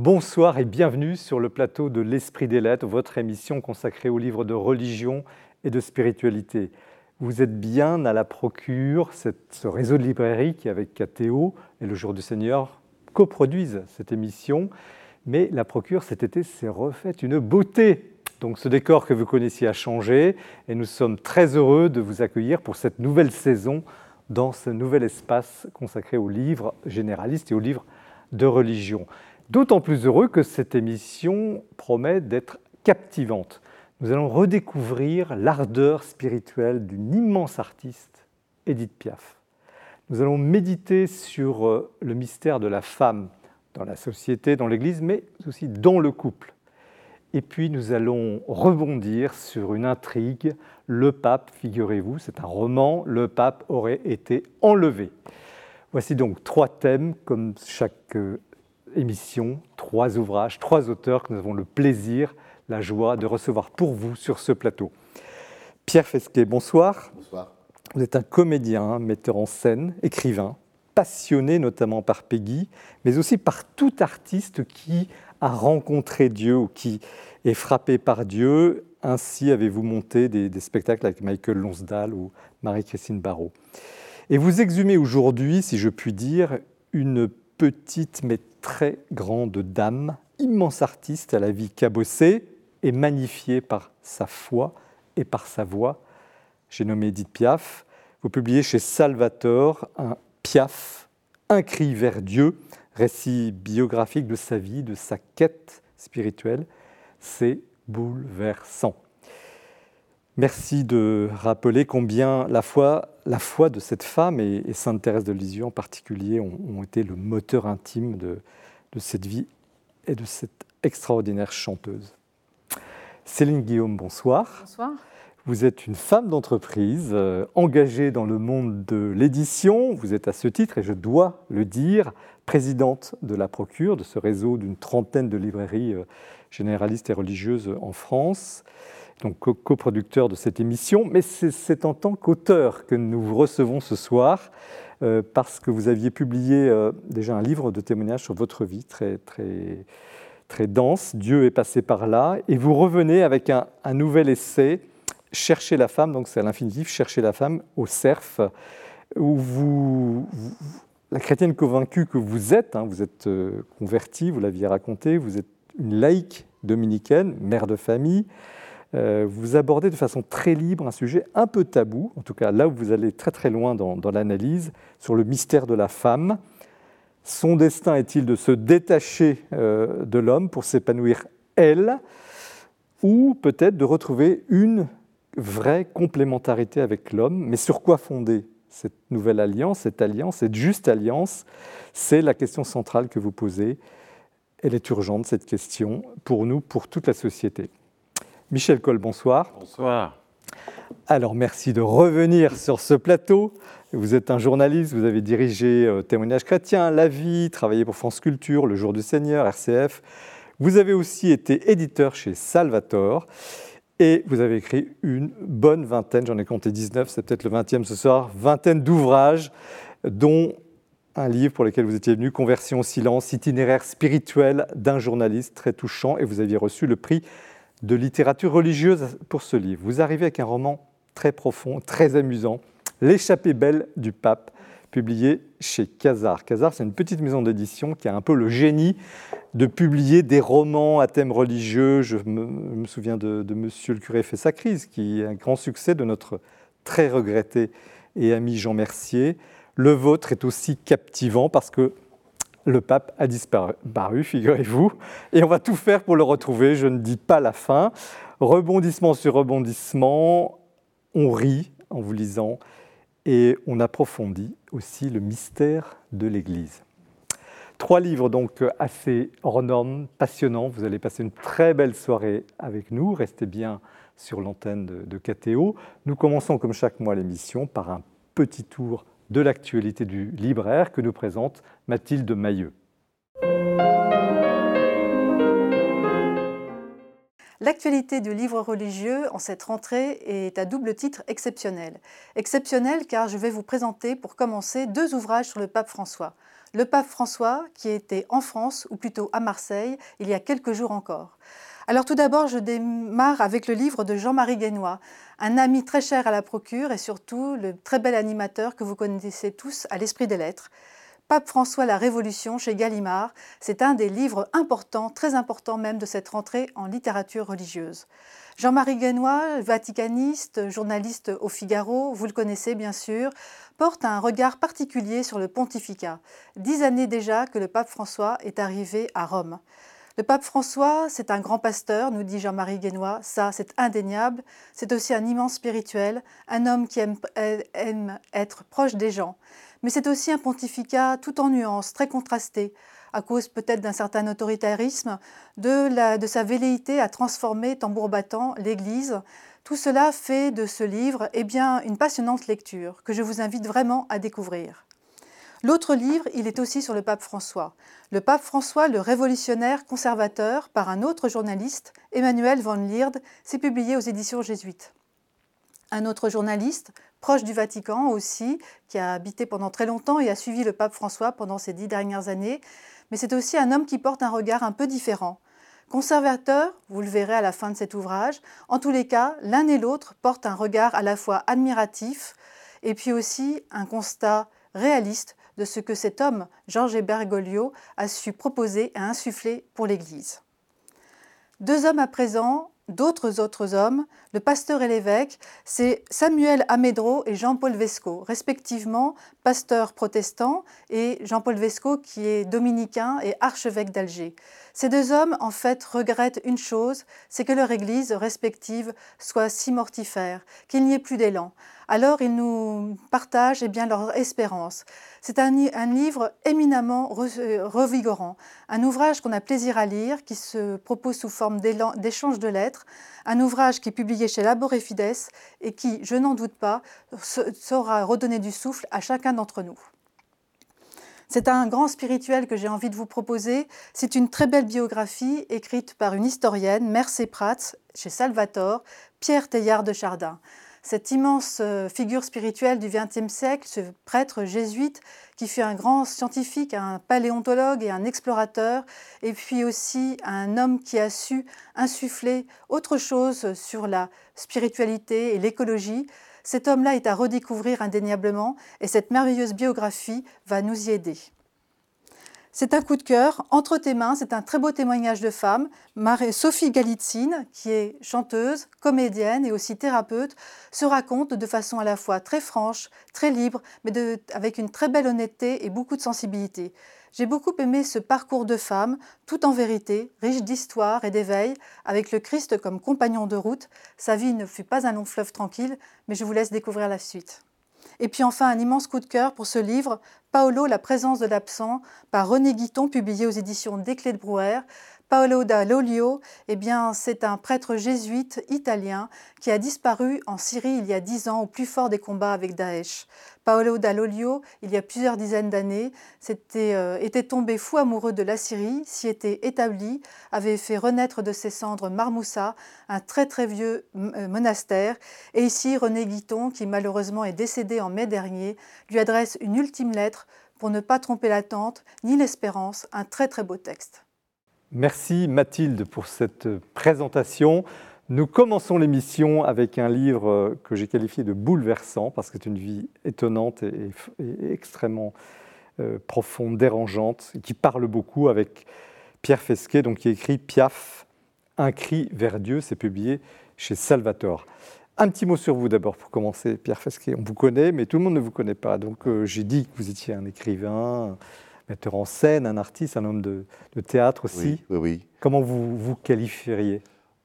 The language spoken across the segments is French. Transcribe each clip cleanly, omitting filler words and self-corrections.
Bonsoir et bienvenue sur le plateau de l'Esprit des Lettres, votre émission consacrée aux livres de religion et de spiritualité. Vous êtes bien à la Procure, ce réseau de librairies qui, avec KTO et le Jour du Seigneur, coproduisent cette émission. Mais la Procure, cet été, s'est refaite une beauté. Donc ce décor que vous connaissiez a changé et nous sommes très heureux de vous accueillir pour cette nouvelle saison dans ce nouvel espace consacré aux livres généralistes et aux livres de religion. D'autant plus heureux que cette émission promet d'être captivante. Nous allons redécouvrir l'ardeur spirituelle d'une immense artiste, Édith Piaf. Nous allons méditer sur le mystère de la femme dans la société, dans l'Église, mais aussi dans le couple. Et puis nous allons rebondir sur une intrigue. Le pape, figurez-vous, c'est un roman, le pape aurait été enlevé. Voici donc 3 thèmes, comme chaque émission, 3 ouvrages, 3 auteurs que nous avons le plaisir, la joie de recevoir pour vous sur ce plateau. Pierre Fesquet, bonsoir. Bonsoir. Vous êtes un comédien, metteur en scène, écrivain, passionné notamment par Peggy, mais aussi par tout artiste qui a rencontré Dieu ou qui est frappé par Dieu. Ainsi avez-vous monté des spectacles avec Michael Lonsdale ou Marie-Christine Barrault. Et vous exhumez aujourd'hui, si je puis dire, une petite mais très grande dame, immense artiste à la vie cabossée et magnifiée par sa foi et par sa voix. J'ai nommé Édith Piaf. Vous publiez chez Salvator un Piaf, un cri vers Dieu, récit biographique de sa vie, de sa quête spirituelle. C'est bouleversant. Merci de rappeler combien la foi de cette femme et Sainte Thérèse de Lisieux en particulier ont été le moteur intime de cette vie et de cette extraordinaire chanteuse. Céline Guillaume, bonsoir. Bonsoir. Vous êtes une femme d'entreprise engagée dans le monde de l'édition. Vous êtes à ce titre, et je dois le dire, présidente de la Procure, de ce réseau d'une 30aine de librairies généralistes et religieuses en France. Donc coproducteur de cette émission, mais c'est en tant qu'auteur que nous vous recevons ce soir, parce que vous aviez publié déjà un livre de témoignages sur votre vie, très, très, très dense, Dieu est passé par là, et vous revenez avec un nouvel essai, Chercher la femme, donc c'est à l'infinitif, Chercher la femme au cerf, où la chrétienne convaincue que vous êtes convertie, vous l'aviez raconté, vous êtes une laïque dominicaine, mère de famille. Vous abordez de façon très libre un sujet un peu tabou, en tout cas là où vous allez très très loin dans l'analyse, sur le mystère de la femme. Son destin est-il de se détacher de l'homme pour s'épanouir elle, ou peut-être de retrouver une vraie complémentarité avec l'homme? Mais sur quoi fonder cette nouvelle alliance, cette juste alliance? C'est la question centrale que vous posez. Elle est urgente, cette question, pour nous, pour toute la société. Michel Coll, bonsoir. Bonsoir. Alors, merci de revenir sur ce plateau. Vous êtes un journaliste, vous avez dirigé Témoignages chrétiens, La Vie, travaillé pour France Culture, Le Jour du Seigneur, RCF. Vous avez aussi été éditeur chez Salvator et vous avez écrit une bonne vingtaine, j'en ai compté 19, c'est peut-être le 20e ce soir, vingtaine d'ouvrages, dont un livre pour lequel vous étiez venu, Conversion au silence, itinéraire spirituel d'un journaliste, très touchant, et vous aviez reçu le prix de littérature religieuse pour ce livre. Vous arrivez avec un roman très profond, très amusant, L'échappée belle du pape, publié chez Quasar. Quasar, c'est une petite maison d'édition qui a un peu le génie de publier des romans à thème religieux. Je me souviens de Monsieur le curé fait sa crise, qui est un grand succès de notre très regretté et ami Jean Mercier. Le vôtre est aussi captivant parce que le pape a disparu, figurez-vous, et on va tout faire pour le retrouver. Je ne dis pas la fin. Rebondissement sur rebondissement, on rit en vous lisant et on approfondit aussi le mystère de l'Église. 3 livres donc assez hors normes, passionnants. Vous allez passer une très belle soirée avec nous. Restez bien sur l'antenne de KTO. Nous commençons comme chaque mois l'émission par un petit tour de l'actualité du libraire que nous présente Mathilde Mailleux. L'actualité du livre religieux en cette rentrée est à double titre exceptionnelle. Exceptionnelle car je vais vous présenter pour commencer 2 ouvrages sur le pape François. le pape François qui était en France, ou plutôt à Marseille, il y a quelques jours encore. Alors tout d'abord, je démarre avec le livre de Jean-Marie Guénois, un ami très cher à la Procure et surtout le très bel animateur que vous connaissez tous à l'Esprit des Lettres. Pape François, la Révolution chez Gallimard, c'est un des livres importants, très importants même de cette rentrée en littérature religieuse. Jean-Marie Guénois, vaticaniste, journaliste au Figaro, vous le connaissez bien sûr, porte un regard particulier sur le pontificat. 10 années déjà que le pape François est arrivé à Rome. Le pape François, c'est un grand pasteur, nous dit Jean-Marie Guénois, ça c'est indéniable. C'est aussi un immense spirituel, un homme qui aime être proche des gens. Mais c'est aussi un pontificat tout en nuances, très contrasté, à cause peut-être d'un certain autoritarisme, de sa velléité à transformer tambour battant l'Église. Tout cela fait de ce livre une passionnante lecture que je vous invite vraiment à découvrir. L'autre livre, il est aussi sur le pape François. Le pape François, le révolutionnaire conservateur, par un autre journaliste, Emmanuel van Lierde, c'est publié aux éditions jésuites. Un autre journaliste, proche du Vatican aussi, qui a habité pendant très longtemps et a suivi le pape François pendant ces 10 dernières années, mais c'est aussi un homme qui porte un regard un peu différent. Conservateur, vous le verrez à la fin de cet ouvrage, en tous les cas, l'un et l'autre portent un regard à la fois admiratif et puis aussi un constat réaliste de ce que cet homme, Georges Bergoglio, a su proposer et insuffler pour l'Église. Deux hommes à présent, d'autres hommes, le pasteur et l'évêque, c'est Samuel Amédro et Jean-Paul Vesco, respectivement pasteur protestant et Jean-Paul Vesco qui est dominicain et archevêque d'Alger. Ces deux hommes, en fait, regrettent une chose, c'est que leur église respective soit si mortifère, qu'il n'y ait plus d'élan. Alors ils nous partagent leur espérance. C'est un livre éminemment revigorant, un ouvrage qu'on a plaisir à lire, qui se propose sous forme d'échange de lettres, un ouvrage qui est publié chez Labor et Fides et qui, je n'en doute pas, saura redonner du souffle à chacun d'entre nous. C'est un grand spirituel que j'ai envie de vous proposer. C'est une très belle biographie écrite par une historienne, Mercé Prats, chez Salvator, Pierre Teilhard de Chardin. Cette immense figure spirituelle du XXe siècle, ce prêtre jésuite qui fut un grand scientifique, un paléontologue et un explorateur, et puis aussi un homme qui a su insuffler autre chose sur la spiritualité et l'écologie. Cet homme-là est à redécouvrir indéniablement et cette merveilleuse biographie va nous y aider. C'est un coup de cœur, entre tes mains, c'est un très beau témoignage de femme. Sophie Galitzine, qui est chanteuse, comédienne et aussi thérapeute, se raconte de façon à la fois très franche, très libre, mais avec une très belle honnêteté et beaucoup de sensibilité. J'ai beaucoup aimé ce parcours de femme, tout en vérité, riche d'histoire et d'éveil, avec le Christ comme compagnon de route. Sa vie ne fut pas un long fleuve tranquille, mais je vous laisse découvrir la suite. Et puis enfin, un immense coup de cœur pour ce livre, Paolo, la présence de l'absent, par René Guiton, publié aux éditions Des Clés de Brouwer. Paolo da Lolio, c'est un prêtre jésuite italien qui a disparu en Syrie il y a 10 ans au plus fort des combats avec Daesh. Paolo da Lolio, il y a plusieurs dizaines d'années, était tombé fou amoureux de la Syrie, s'y était établi, avait fait renaître de ses cendres Marmoussa, un très très vieux monastère. Et ici, René Guiton, qui malheureusement est décédé en mai dernier, lui adresse une ultime lettre pour ne pas tromper l'attente ni l'espérance, un très très beau texte. Merci Mathilde pour cette présentation. Nous commençons l'émission avec un livre que j'ai qualifié de bouleversant parce que c'est une vie étonnante et extrêmement profonde, dérangeante, qui parle beaucoup avec Pierre Fesquet, donc qui écrit Piaf, un cri vers Dieu, c'est publié chez Salvator. Un petit mot sur vous d'abord pour commencer, Pierre Fesquet. On vous connaît, mais tout le monde ne vous connaît pas. Donc j'ai dit que vous étiez un écrivain, metteur en scène, un artiste, un homme de théâtre aussi. Oui. Comment vous qualifieriez ?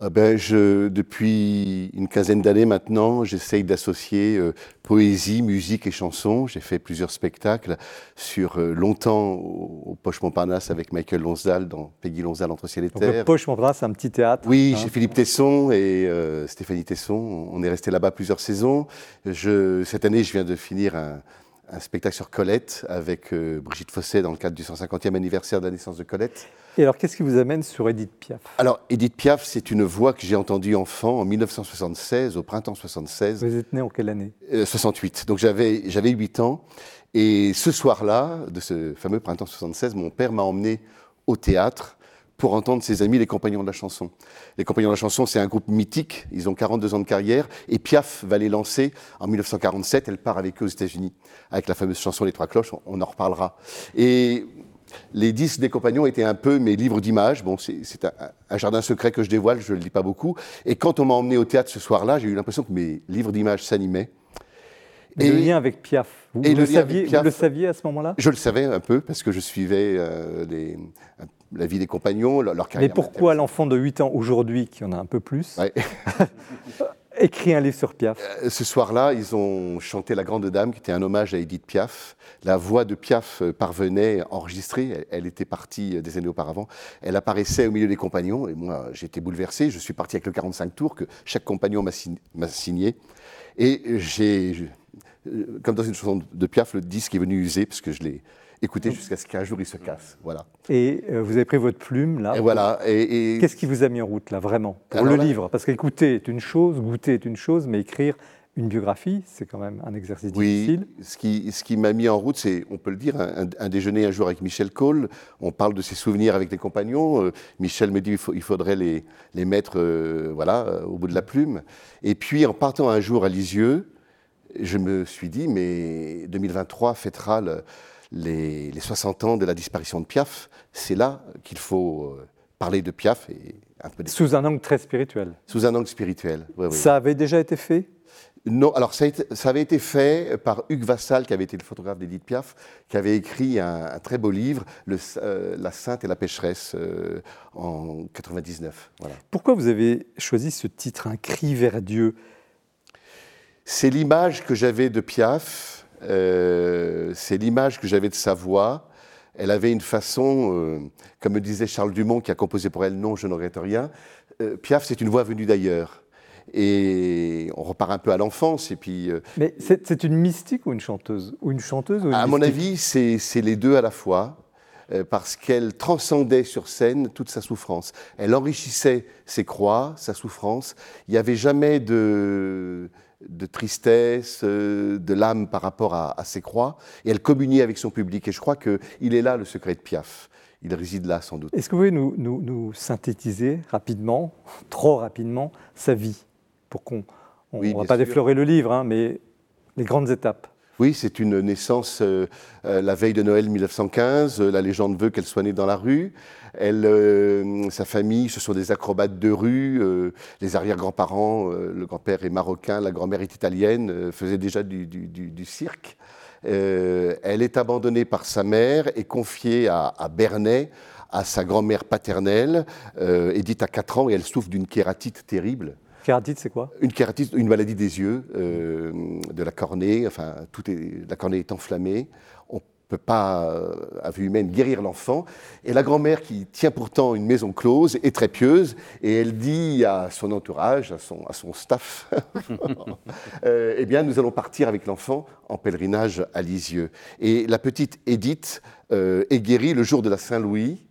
Depuis une quinzaine d'années maintenant, j'essaye d'associer poésie, musique et chanson. J'ai fait plusieurs spectacles sur longtemps au Poche Montparnasse avec Michael Lonsdal dans Peggy Lonsdal entre ciel et terre. Donc le Poche Montparnasse, c'est un petit théâtre. Oui, chez Philippe Tesson et Stéphanie Tesson. On est resté là-bas plusieurs saisons. Cette année, je viens de finir un spectacle sur Colette avec Brigitte Fossé dans le cadre du 150e anniversaire de la naissance de Colette. Et alors, qu'est-ce qui vous amène sur Édith Piaf? Alors, Édith Piaf, c'est une voix que j'ai entendue enfant en 1976, au printemps 76. Vous êtes né en quelle année? 68. Donc j'avais 8 ans. Et ce soir-là, de ce fameux printemps 76, mon père m'a emmené au théâtre pour entendre ses amis, les Compagnons de la Chanson. Les Compagnons de la Chanson, c'est un groupe mythique, ils ont 42 ans de carrière, et Piaf va les lancer en 1947, elle part avec eux aux États-Unis, avec la fameuse chanson Les Trois Cloches, on en reparlera. Et les disques des Compagnons étaient un peu mes livres d'images, bon, c'est un jardin secret que je dévoile, je ne le lis pas beaucoup, et quand on m'a emmené au théâtre ce soir-là, j'ai eu l'impression que mes livres d'images s'animaient. Et le lien avec Piaf, vous le saviez à ce moment-là? Je le savais un peu, parce que je suivais la vie des compagnons, leur carrière. Mais pourquoi l'enfant de 8 ans aujourd'hui, qui en a un peu plus, ouais. écrit un livre sur Piaf? Ce soir-là, ils ont chanté La Grande Dame, qui était un hommage à Édith Piaf. La voix de Piaf parvenait enregistrée, elle était partie des années auparavant. Elle apparaissait au milieu des compagnons, et moi j'étais bouleversé. Je suis parti avec le 45 tours que chaque compagnon m'a signé. Et comme dans une chanson de Piaf, le disque est venu user, parce que je l'ai écouté jusqu'à ce qu'un jour il se casse. Voilà. Et vous avez pris votre plume, là. Et voilà. Qu'est-ce qui vous a mis en route, là, vraiment, pour le livre? Parce qu'écouter est une chose, goûter est une chose, mais écrire une biographie, c'est quand même un exercice difficile. Oui, ce qui m'a mis en route, c'est, on peut le dire, un déjeuner un jour avec Michel Cole. On parle de ses souvenirs avec les compagnons. Michel me dit qu'il faudrait les mettre au bout de la plume. Et puis, en partant un jour à Lisieux, je me suis dit, mais 2023 fêtera les 60 ans de la disparition de Piaf. C'est là qu'il faut parler de Piaf. Et un peu sous un angle très spirituel. Sous un angle spirituel, oui. Ça avait déjà été fait? Non, alors ça avait été fait par Hugues Vassal, qui avait été le photographe d'Édith Piaf, qui avait écrit un très beau livre, La Sainte et la Pécheresse, en 99. Voilà. Pourquoi vous avez choisi ce titre, Un cri vers Dieu? C'est l'image que j'avais de Piaf, c'est l'image que j'avais de sa voix. Elle avait une façon, comme me disait Charles Dumont, qui a composé pour elle « Non, je ne regrette rien », Piaf, c'est une voix venue d'ailleurs. Et on repart un peu à l'enfance. Et puis, mais c'est une mystique ou une chanteuse? Ou une chanteuse ou une à mystique? mon avis, c'est les deux à la fois, parce qu'elle transcendait sur scène toute sa souffrance. Elle enrichissait ses croix, sa souffrance. Il n'y avait jamais de tristesse, de l'âme par rapport à ses croix. Et elle communiait avec son public. Et je crois qu'il est là le secret de Piaf. Il réside là, sans doute. Est-ce que vous pouvez nous synthétiser rapidement, trop rapidement, sa vie, pour qu'on ne va pas déflorer le livre, hein, mais les grandes étapes? Oui, c'est une naissance la veille de Noël 1915. La légende veut qu'elle soit née dans la rue. Sa famille, ce sont des acrobates de rue. Les arrière-grands-parents, le grand-père est marocain, la grand-mère est italienne, faisaient déjà du cirque. Elle est abandonnée par sa mère et confiée à Bernay, à sa grand-mère paternelle. Édith a 4 ans et elle souffre d'une kératite terrible. Kératite, c'est quoi? Une kératite, une maladie des yeux, de la cornée. Enfin, la cornée est enflammée. On ne peut pas, à vue humaine, guérir l'enfant. Et la grand-mère, qui tient pourtant une maison close, est très pieuse. Et elle dit à son entourage, à son staff, eh bien, nous allons partir avec l'enfant en pèlerinage à Lisieux. Et la petite Édith est guérie le jour de la Saint-Louis.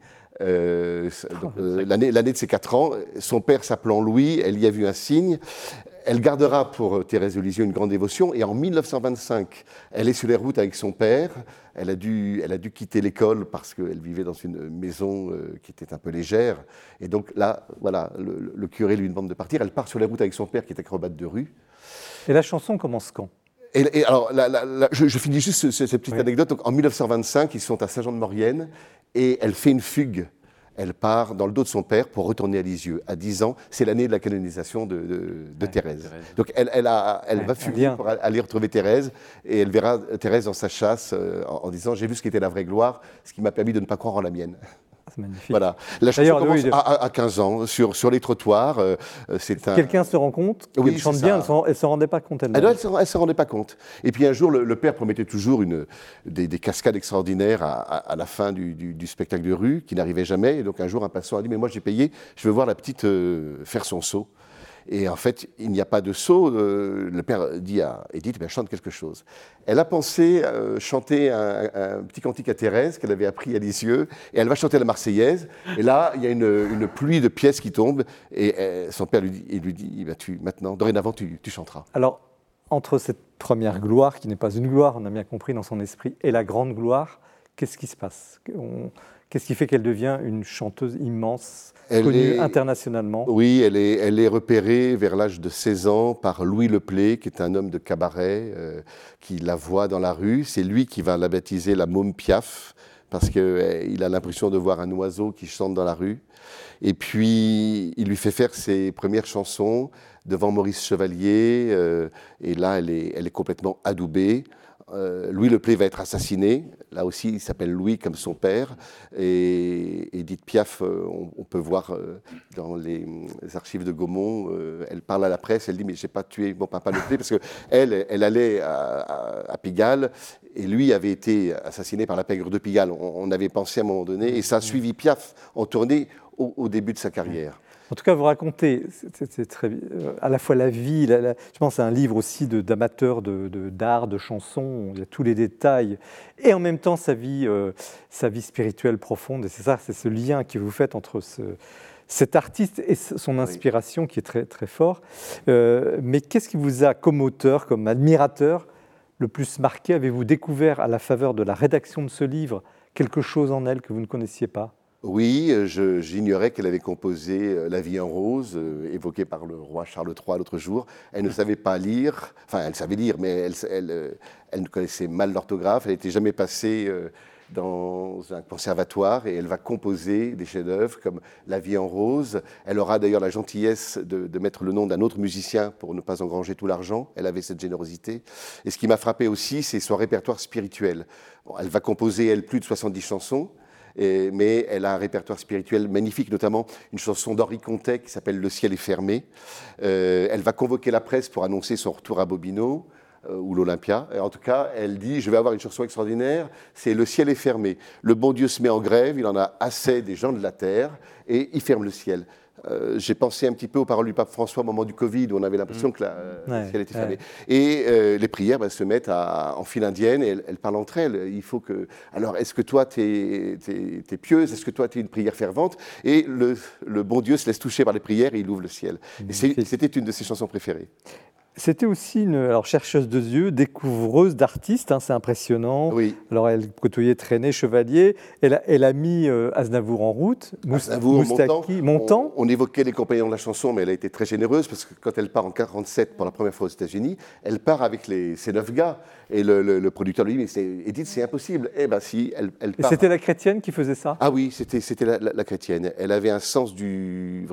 L'année de ses 4 ans, son père s'appelant Louis, elle y a vu un signe. Elle gardera pour Thérèse de Lisieux une grande dévotion et en 1925, elle est sur les routes avec son père. Elle a dû quitter l'école parce qu'elle vivait dans une maison qui était un peu légère. Et donc là, voilà, le curé lui demande de partir. Elle part sur les routes avec son père qui est acrobate de rue. Et la chanson commence quand? Et alors, je finis juste cette petite anecdote. Donc, en 1925, ils sont à Saint-Jean-de-Maurienne et elle fait une fugue. Elle part dans le dos de son père pour retourner à Lisieux. À 10 ans, c'est l'année de la canonisation de Thérèse. Donc elle va fuguer pour aller retrouver Thérèse et elle verra Thérèse dans sa chasse en disant « J'ai vu ce qu'était la vraie gloire, ce qui m'a permis de ne pas croire en la mienne ». C'est magnifique. Voilà. La chanson commence à 15 ans, sur les trottoirs. Quelqu'un se rend compte qu'elle chante bien, elle ne s'en rendait pas compte elle-même. Elle ne s'en rendait pas compte. Et puis un jour, le père promettait toujours des cascades extraordinaires à la fin du spectacle de rue, qui n'arrivait jamais. Et donc un jour, un passant a dit « Mais moi j'ai payé, je veux voir la petite faire son saut ». Et en fait, il n'y a pas de sot. Le père dit à Édith, chante quelque chose. Elle a pensé chanter un petit cantique à Thérèse qu'elle avait appris à Lisieux, et elle va chanter la Marseillaise. Et là, il y a une pluie de pièces qui tombent, et son père lui dit maintenant, dorénavant, tu chanteras. Alors, entre cette première gloire, qui n'est pas une gloire, on a bien compris dans son esprit, et la grande gloire, qu'est-ce qui se passe ? Qu'est-ce qui fait qu'elle devient une chanteuse immense, connue internationalement ? Oui, elle est repérée vers l'âge de 16 ans par Louis Leplay, qui est un homme de cabaret, qui la voit dans la rue. C'est lui qui va la baptiser la Môme Piaf, parce qu'il a l'impression de voir un oiseau qui chante dans la rue. Et puis, il lui fait faire ses premières chansons devant Maurice Chevalier, et là, elle est complètement adoubée. Louis Leplay va être assassiné. Là aussi, il s'appelle Louis comme son père. Et Édith Piaf, on peut voir dans les archives de Gaumont, elle parle à la presse, elle dit « mais je n'ai pas tué mon papa Leplay » parce qu'elle allait à Pigalle et lui avait été assassiné par la pègre de Pigalle. On avait pensé à un moment donné, et ça a suivi Piaf en tournée au début de sa carrière. En tout cas, vous racontez à la fois la vie, je pense à un livre aussi d'amateurs d'art, de chansons, il y a tous les détails, et en même temps sa vie spirituelle profonde. Et c'est ça, c'est ce lien que vous faites entre cet artiste et son inspiration qui est très, très fort. Mais qu'est-ce qui vous a, comme auteur, comme admirateur, le plus marqué ? Avez-vous découvert à la faveur de la rédaction de ce livre quelque chose en elle que vous ne connaissiez pas ? Oui, j'ignorais qu'elle avait composé La vie en rose, évoquée par le roi Charles III l'autre jour. Elle ne savait pas lire, enfin elle savait lire, mais elle ne connaissait mal l'orthographe. Elle n'était jamais passée dans un conservatoire, et elle va composer des chefs-d'œuvre comme La vie en rose. Elle aura d'ailleurs la gentillesse de mettre le nom d'un autre musicien pour ne pas engranger tout l'argent. Elle avait cette générosité. Et ce qui m'a frappé aussi, c'est son répertoire spirituel. Bon, elle va composer, elle, plus de 70 chansons. Mais elle a un répertoire spirituel magnifique, notamment une chanson d'Henri Contet qui s'appelle « Le ciel est fermé ». Elle va convoquer la presse pour annoncer son retour à Bobino ou l'Olympia. En tout cas, elle dit « Je vais avoir une chanson extraordinaire, c'est « Le ciel est fermé ». Le bon Dieu se met en grève, il en a assez des gens de la terre et il ferme le ciel. J'ai pensé un petit peu aux paroles du pape François au moment du Covid, où on avait l'impression que le ciel était fermé. Et les prières se mettent en file indienne, et elles parlent entre elles. Il faut que... Alors, est-ce que toi, tu es pieuse ? Est-ce que toi, tu es une prière fervente ? Et le bon Dieu se laisse toucher par les prières et il ouvre le ciel. Et c'était une de ses chansons préférées. C'était aussi une chercheuse de Dieu, découvreuse d'artistes, c'est impressionnant. Oui. Alors elle côtoyait Trenet, Chevalier, elle a mis Aznavour en route, Moustaki, Montand. On évoquait les compagnons de la chanson, mais elle a été très généreuse, parce que quand elle part en 1947 pour la première fois aux États-Unis, elle part avec ces 9 gars. Et le producteur lui dit « mais Édith, c'est impossible ». Eh bien si, elle part. Et c'était la chrétienne qui faisait ça ? Ah oui, c'était la chrétienne. Elle avait un sens de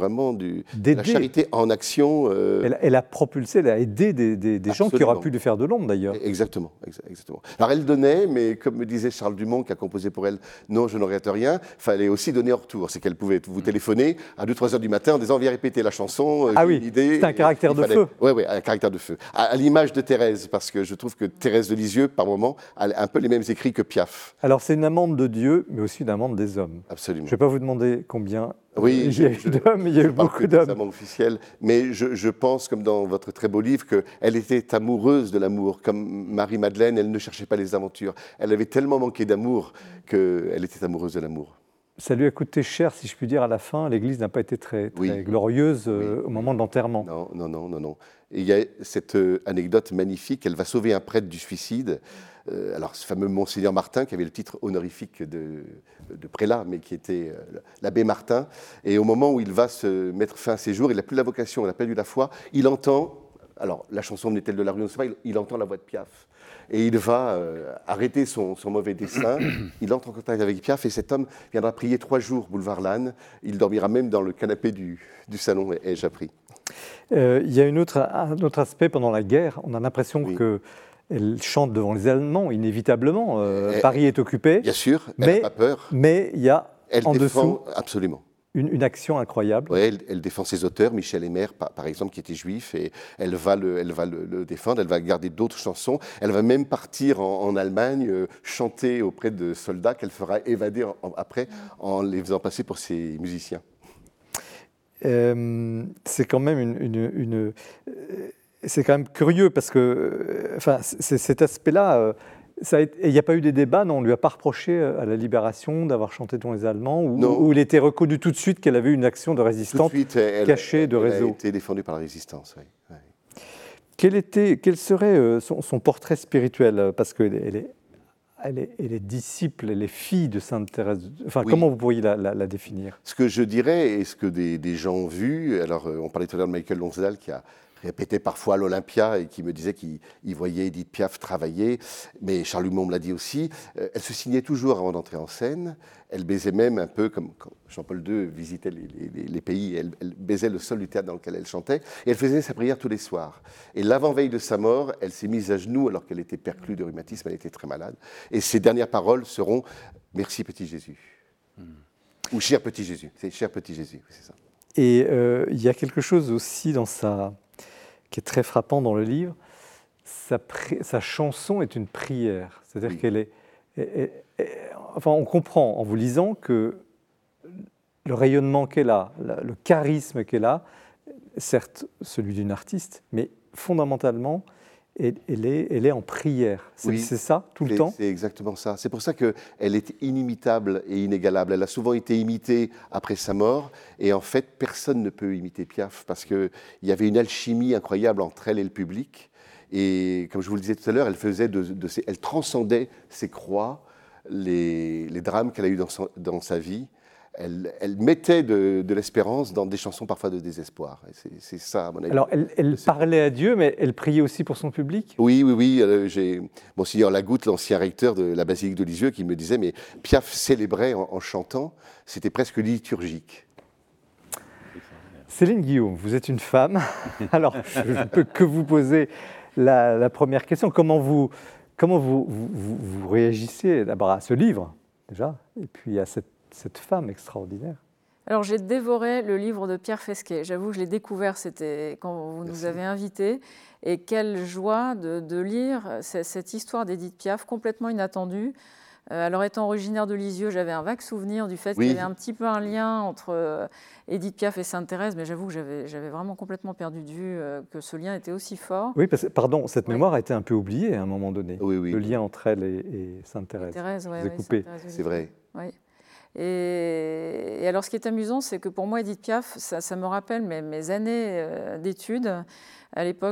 la charité en action. Elle a propulsé, elle a aidé des gens qui auraient pu lui faire de l'ombre d'ailleurs. Exactement. Alors elle donnait, mais comme me disait Charles Dumont, qui a composé pour elle « Non, je ne regrette rien », il fallait aussi donner en retour. C'est qu'elle pouvait vous téléphoner à 2-3 heures du matin en disant « Viens répéter la chanson ». Ah oui, c'est un caractère de feu. Oui, un caractère de feu. À l'image de Thérèse, parce que je trouve que Thérèse de Lisieux, par moments, a un peu les mêmes écrits que Piaf. Alors c'est une amante de Dieu, mais aussi une amante des hommes. Absolument. Je ne vais pas vous demander combien il y a eu d'hommes, il y a eu beaucoup d'hommes. Officiel, mais je pense, comme dans votre très beau livre, qu'elle était amoureuse de l'amour. Comme Marie-Madeleine, elle ne cherchait pas les aventures. Elle avait tellement manqué d'amour qu'elle était amoureuse de l'amour. Ça lui a coûté cher, si je puis dire, à la fin. L'Église n'a pas été très glorieuse au moment de l'enterrement. Non. Et il y a cette anecdote magnifique. Elle va sauver un prêtre du suicide. Alors, ce fameux Monseigneur Martin, qui avait le titre honorifique de prélat, mais qui était l'abbé Martin. Et au moment où il va se mettre fin à ses jours, il n'a plus la vocation, il a perdu la foi. Il entend, alors la chanson Venait-elle de la rue, on ne sait pas, il entend la voix de Piaf. Et il va arrêter son mauvais dessein. Il entre en contact avec Piaf, et cet homme viendra prier 3 jours boulevard Lannes. Il dormira même dans le canapé du salon, ai-je appris. Il y a un autre aspect pendant la guerre. On a l'impression qu'elle chante devant les Allemands, inévitablement. Paris est occupé. Bien sûr, elle n'a pas peur. Mais il y a en dessous absolument. Une action incroyable. Oui, elle défend ses auteurs, Michel Emer, par exemple, qui était juif, et elle va le défendre, elle va garder d'autres chansons. Elle va même partir en Allemagne, chanter auprès de soldats qu'elle fera évader après en les faisant passer pour ses musiciens. c'est quand même c'est quand même curieux parce que cet aspect-là, il n'y a pas eu des débats, non, on ne lui a pas reproché à la Libération d'avoir chanté Dans les Allemands, ou il était reconnu tout de suite qu'elle avait une action de résistante cachée de réseau. Elle a été défendue par la résistance, oui. Quel serait son portrait spirituel? Parce qu'elle est disciple, elle est fille de Sainte Thérèse. Enfin, oui. Comment vous pourriez la définir? Ce que je dirais, et ce que des gens ont vu, alors on parlait tout à l'heure de Michael Lonsdal qui a répété parfois à l'Olympia et qui me disait qu'il voyait Édith Piaf travailler, mais Charles Humon me l'a dit aussi, elle se signait toujours avant d'entrer en scène, elle baisait même un peu, comme quand Jean-Paul II visitait les pays, elle baisait le sol du théâtre dans lequel elle chantait, et elle faisait sa prière tous les soirs. Et l'avant-veille de sa mort, elle s'est mise à genoux alors qu'elle était perclue de rhumatisme, elle était très malade, et ses dernières paroles seront « Merci petit Jésus ». Ou « Cher petit Jésus », c'est « Cher petit Jésus », c'est ça. Et il y a quelque chose aussi qui est très frappant dans le livre, sa chanson est une prière. C'est-à-dire qu'elle enfin, on comprend en vous lisant que le rayonnement qu'elle a, le charisme qu'elle a, certes celui d'une artiste, mais fondamentalement, elle est en prière. C'est ça, tout le temps? C'est exactement ça. C'est pour ça qu'elle est inimitable et inégalable. Elle a souvent été imitée après sa mort. Et en fait, personne ne peut imiter Piaf parce qu'il y avait une alchimie incroyable entre elle et le public. Et comme je vous le disais tout à l'heure, elle transcendait ses croix, les drames qu'elle a eus dans sa vie. Elle mettait de l'espérance dans des chansons parfois de désespoir. C'est ça, à mon avis. Alors, elle parlait à Dieu, mais elle priait aussi pour son public? Oui. J'ai Monseigneur Lagoutte, l'ancien recteur de la basilique de Lisieux, qui me disait, mais Piaf célébrait en chantant, c'était presque liturgique. Céline Guillaume, vous êtes une femme. Alors, je ne peux que vous poser la première question. Comment vous réagissez d'abord à ce livre, déjà, et puis à cette femme extraordinaire? Alors, j'ai dévoré le livre de Pierre Fesquet. J'avoue, je l'ai découvert, c'était quand vous nous avez invités. Et quelle joie de lire cette histoire d'Édith Piaf, complètement inattendue. Alors, étant originaire de Lisieux, j'avais un vague souvenir du fait qu'il y avait un petit peu un lien entre Édith Piaf et Sainte Thérèse, mais j'avoue que j'avais vraiment complètement perdu de vue que ce lien était aussi fort. Oui, parce que, cette mémoire a été un peu oubliée à un moment donné. Oui. Le lien entre elle et Sainte Thérèse. C'est coupé. C'est vrai. Oui. Et alors, ce qui est amusant, c'est que pour moi, Édith Piaf, ça me rappelle mes années d'études. À l'époque,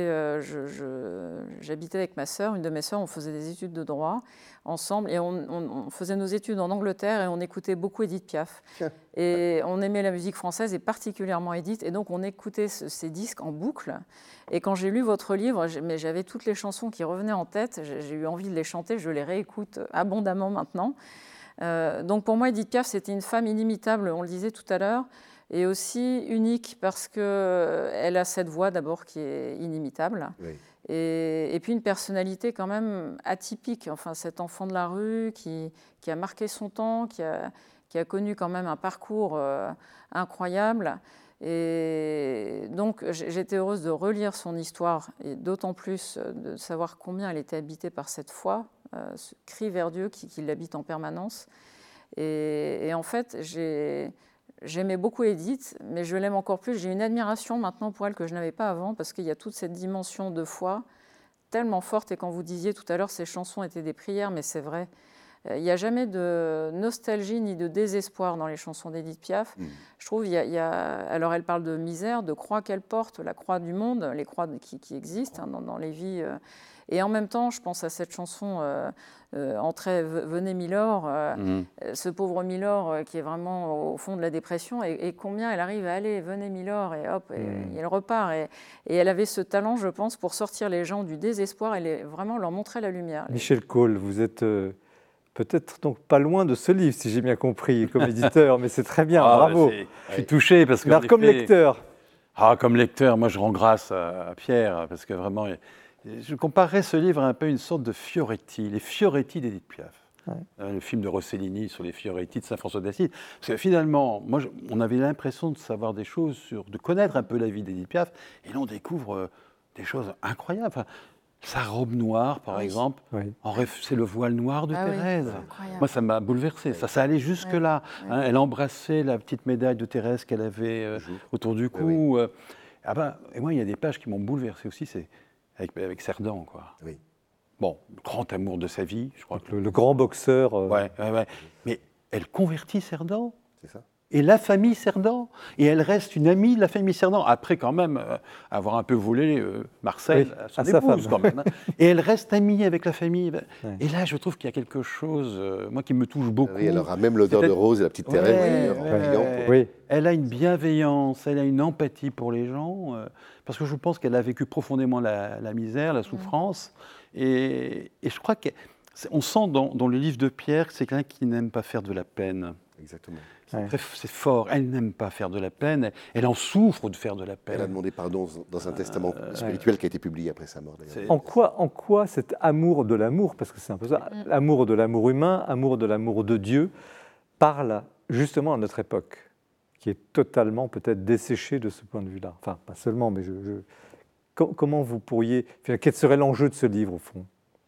j'habitais avec ma sœur, une de mes sœurs, on faisait des études de droit ensemble, et on faisait nos études en Angleterre, et on écoutait beaucoup Édith Piaf. Et on aimait la musique française, et particulièrement Édith, et donc on écoutait ces disques en boucle. Et quand j'ai lu votre livre, j'avais toutes les chansons qui revenaient en tête, j'ai eu envie de les chanter, je les réécoute abondamment maintenant. Donc pour moi, Édith Piaf, c'était une femme inimitable, on le disait tout à l'heure, et aussi unique parce qu'elle a cette voix d'abord qui est inimitable, et puis une personnalité quand même atypique, enfin cet enfant de la rue qui a marqué son temps, qui a connu quand même un parcours incroyable. Et donc j'étais heureuse de relire son histoire, et d'autant plus de savoir combien elle était habitée par cette foi, ce cri vers Dieu qui l'habite en permanence. Et en fait, j'aimais beaucoup Édith, mais je l'aime encore plus. J'ai une admiration maintenant pour elle que je n'avais pas avant, parce qu'il y a toute cette dimension de foi tellement forte. Et quand vous disiez tout à l'heure, ces chansons étaient des prières, mais c'est vrai. Il n'y a jamais de nostalgie ni de désespoir dans les chansons d'Édith Piaf. Je trouve alors elle parle de misère, de croix qu'elle porte, la croix du monde, les croix qui existent dans les vies. Et en même temps, je pense à cette chanson Entrez, venez Milord, ce pauvre Milord qui est vraiment au fond de la dépression, et combien elle arrive à aller, venez Milord, et hop, et elle repart. Et elle avait ce talent, je pense, pour sortir les gens du désespoir et vraiment leur montrer la lumière. Michel Cole, vous êtes peut-être donc pas loin de ce livre, si j'ai bien compris, comme éditeur, mais c'est très bien, bravo. Je suis touché parce que... Alors, comme lecteur. Comme lecteur, moi je rends grâce à Pierre, parce que vraiment... Je comparerais ce livre à un peu une sorte de Fioretti, les Fioretti d'Édith Piaf. Le film de Rossellini sur les Fioretti de Saint-François d'Assise. Parce que finalement, on avait l'impression de savoir des choses, de connaître un peu la vie d'Édith Piaf, et là on découvre des choses incroyables. Enfin, Sa robe noire, par exemple, c'est le voile noir de Thérèse. Moi, ça m'a bouleversé. Ça allait jusque-là. Hein, elle embrassait la petite médaille de Thérèse qu'elle avait autour du cou. Et moi, il y a des pages qui m'ont bouleversé aussi, c'est avec Cerdan, quoi. Oui. Bon, le grand amour de sa vie, je crois. Le grand boxeur. Mais elle convertit Cerdan. C'est ça. Et la famille Cerdan. Et elle reste une amie de la famille Cerdan. Après, quand même, avoir un peu volé Marcel à son épouse, quand même. Hein. Et elle reste amie avec la famille. Et là, je trouve qu'il y a quelque chose, moi, qui me touche beaucoup. Oui, elle aura même l'odeur de rose et la petite Thérèse. Elle a une bienveillance, elle a une empathie pour les gens. Parce que je pense qu'elle a vécu profondément la misère, la souffrance. Et je crois qu'on sent dans le livre de Pierre que c'est quelqu'un qui n'aime pas faire de la peine. Exactement. C'est fort, elle n'aime pas faire de la peine, elle en souffre de faire de la peine. Elle a demandé pardon dans un testament spirituel qui a été publié après sa mort, d'ailleurs. En quoi cet amour de l'amour, parce que c'est un peu ça, amour de l'amour humain, amour de l'amour de Dieu, parle justement à notre époque, qui est totalement peut-être desséchée de ce point de vue-là. Enfin, pas seulement, mais comment vous pourriez... Quel serait l'enjeu de ce livre, au fond ?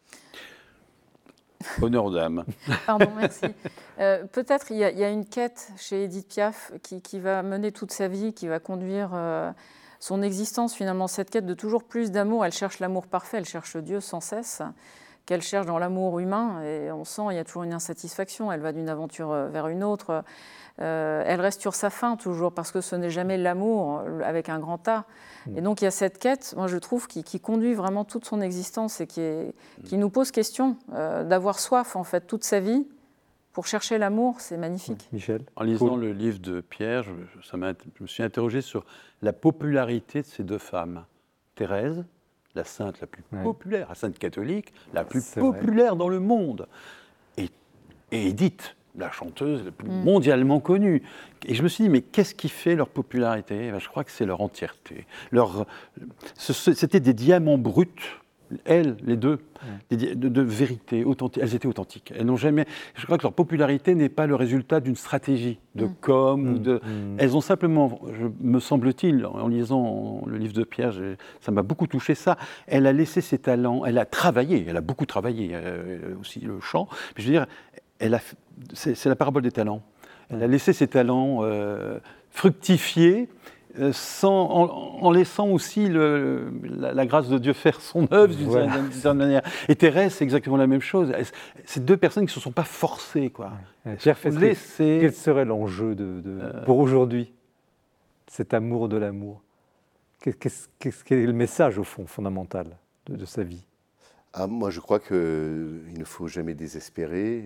Honneur aux dames. Pardon, merci. Peut-être il y a une quête chez Édith Piaf qui va mener toute sa vie, qui va conduire son existence finalement, cette quête de toujours plus d'amour. Elle cherche l'amour parfait, elle cherche Dieu sans cesse, qu'elle cherche dans l'amour humain. Et on sent il y a toujours une insatisfaction. Elle va d'une aventure vers une autre. Elle reste sur sa faim toujours, parce que ce n'est jamais l'amour avec un grand A. Et donc il y a cette quête, moi je trouve, qui conduit vraiment toute son existence et qui nous pose question d'avoir soif en fait toute sa vie pour chercher l'amour, c'est magnifique. Michel ? En lisant le livre de Pierre, je me suis interrogé sur la popularité de ces deux femmes. Thérèse, la sainte la plus populaire, la sainte catholique, la plus populaire dans le monde. Et Édith, la chanteuse la plus mondialement connue. Et je me suis dit, mais qu'est-ce qui fait leur popularité ? Je crois que c'est leur entièreté. C'était des diamants bruts, elles, les deux, de vérité, authentique. Elles étaient authentiques. Elles n'ont jamais... Je crois que leur popularité n'est pas le résultat d'une stratégie de com. Elles ont simplement, me semble-t-il, en lisant le livre de Pierre, ça m'a beaucoup touché ça. Elle a laissé ses talents, elle a travaillé, elle a beaucoup travaillé, aussi le chant. Mais je veux dire, c'est la parabole des talents. Elle a laissé ses talents fructifier en laissant aussi la grâce de Dieu faire son œuvre d'une certaine manière. Et Thérèse, c'est exactement la même chose. C'est deux personnes qui ne se sont pas forcées, quoi. Pierre Fesserie, quel serait l'enjeu pour aujourd'hui, cet amour de l'amour ? Quel est le message, au fond, fondamental de sa vie ? Moi, je crois qu'il ne faut jamais désespérer.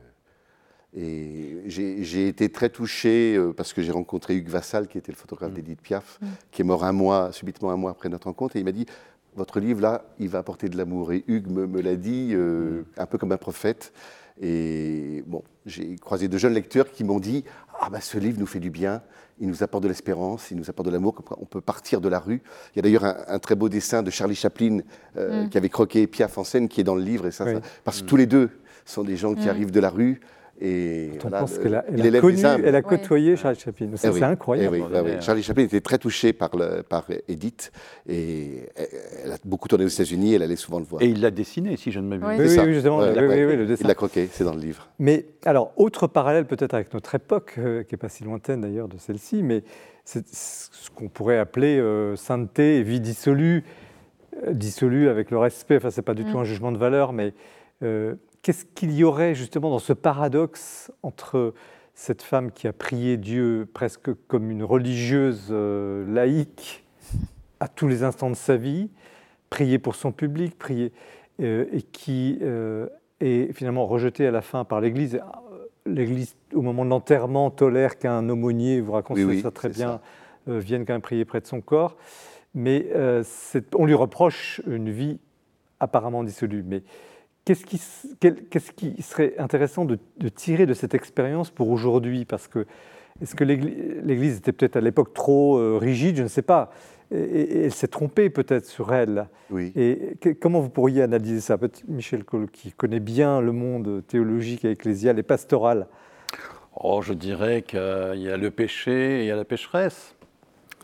Et j'ai été très touché parce que j'ai rencontré Hugues Vassal, qui était le photographe d'Édith Piaf, qui est mort subitement un mois après notre rencontre. Et il m'a dit, votre livre, là, il va apporter de l'amour. Et Hugues me l'a dit un peu comme un prophète. Et bon, j'ai croisé de jeunes lecteurs qui m'ont dit, ce livre nous fait du bien, il nous apporte de l'espérance, il nous apporte de l'amour, on peut partir de la rue. Il y a d'ailleurs un très beau dessin de Charlie Chaplin qui avait croqué Piaf en scène, qui est dans le livre. Et parce que tous les deux sont des gens qui arrivent de la rue. Et on pense qu'elle a côtoyé Charlie Chaplin. C'est incroyable. Charlie Chaplin était très touché par Édith et elle a beaucoup tourné aux États-Unis, elle allait souvent le voir. Et il l'a dessiné, si je ne m'abuse. Oui, justement, le dessin. Il l'a croqué, c'est dans le livre. Mais alors, autre parallèle peut-être avec notre époque, qui n'est pas si lointaine d'ailleurs de celle-ci, mais c'est ce qu'on pourrait appeler sainteté et vie dissolue avec le respect. Enfin, c'est pas du tout un jugement de valeur, mais qu'est-ce qu'il y aurait justement dans ce paradoxe entre cette femme qui a prié Dieu presque comme une religieuse laïque à tous les instants de sa vie, prier pour son public, et qui est finalement rejetée à la fin par l'Église. L'Église, au moment de l'enterrement, tolère qu'un aumônier, vous racontez ça très bien, vienne quand même prier près de son corps. Mais on lui reproche une vie apparemment dissolue. Mais qu'est-ce qui serait intéressant de tirer de cette expérience pour aujourd'hui ? Parce que est-ce que l'Église était peut-être à l'époque trop rigide ? Je ne sais pas. Et elle s'est trompée peut-être sur elle. Oui. Et comment vous pourriez analyser ça ? Michel Cole, qui connaît bien le monde théologique et ecclésial et pastoral. Je dirais qu'il y a le péché et il y a la pécheresse.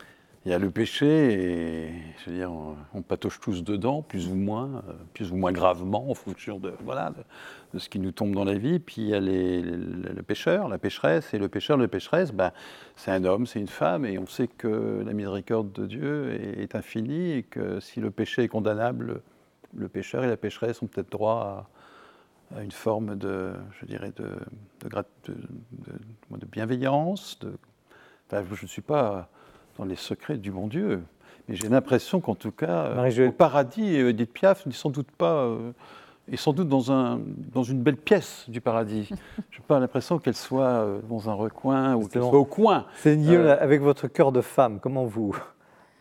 Il y a le péché, et je veux dire, on patauge tous dedans, plus ou moins gravement, en fonction de ce qui nous tombe dans la vie. Puis il y a le pécheur, la pécheresse, et le pécheur, la pécheresse, c'est un homme, c'est une femme, et on sait que la miséricorde de Dieu est infinie, et que si le péché est condamnable, le pécheur et la pécheresse ont peut-être droit à une forme de bienveillance. Je ne suis pas dans les secrets du bon Dieu. Mais j'ai l'impression qu'en tout cas, au paradis, Édith Piaf n'est sans doute pas, est sans doute dans une belle pièce du paradis. Je n'ai pas l'impression qu'elle soit dans un recoin ou qu'elle soit au coin. C'est lié avec votre cœur de femme. Comment vous percevez ?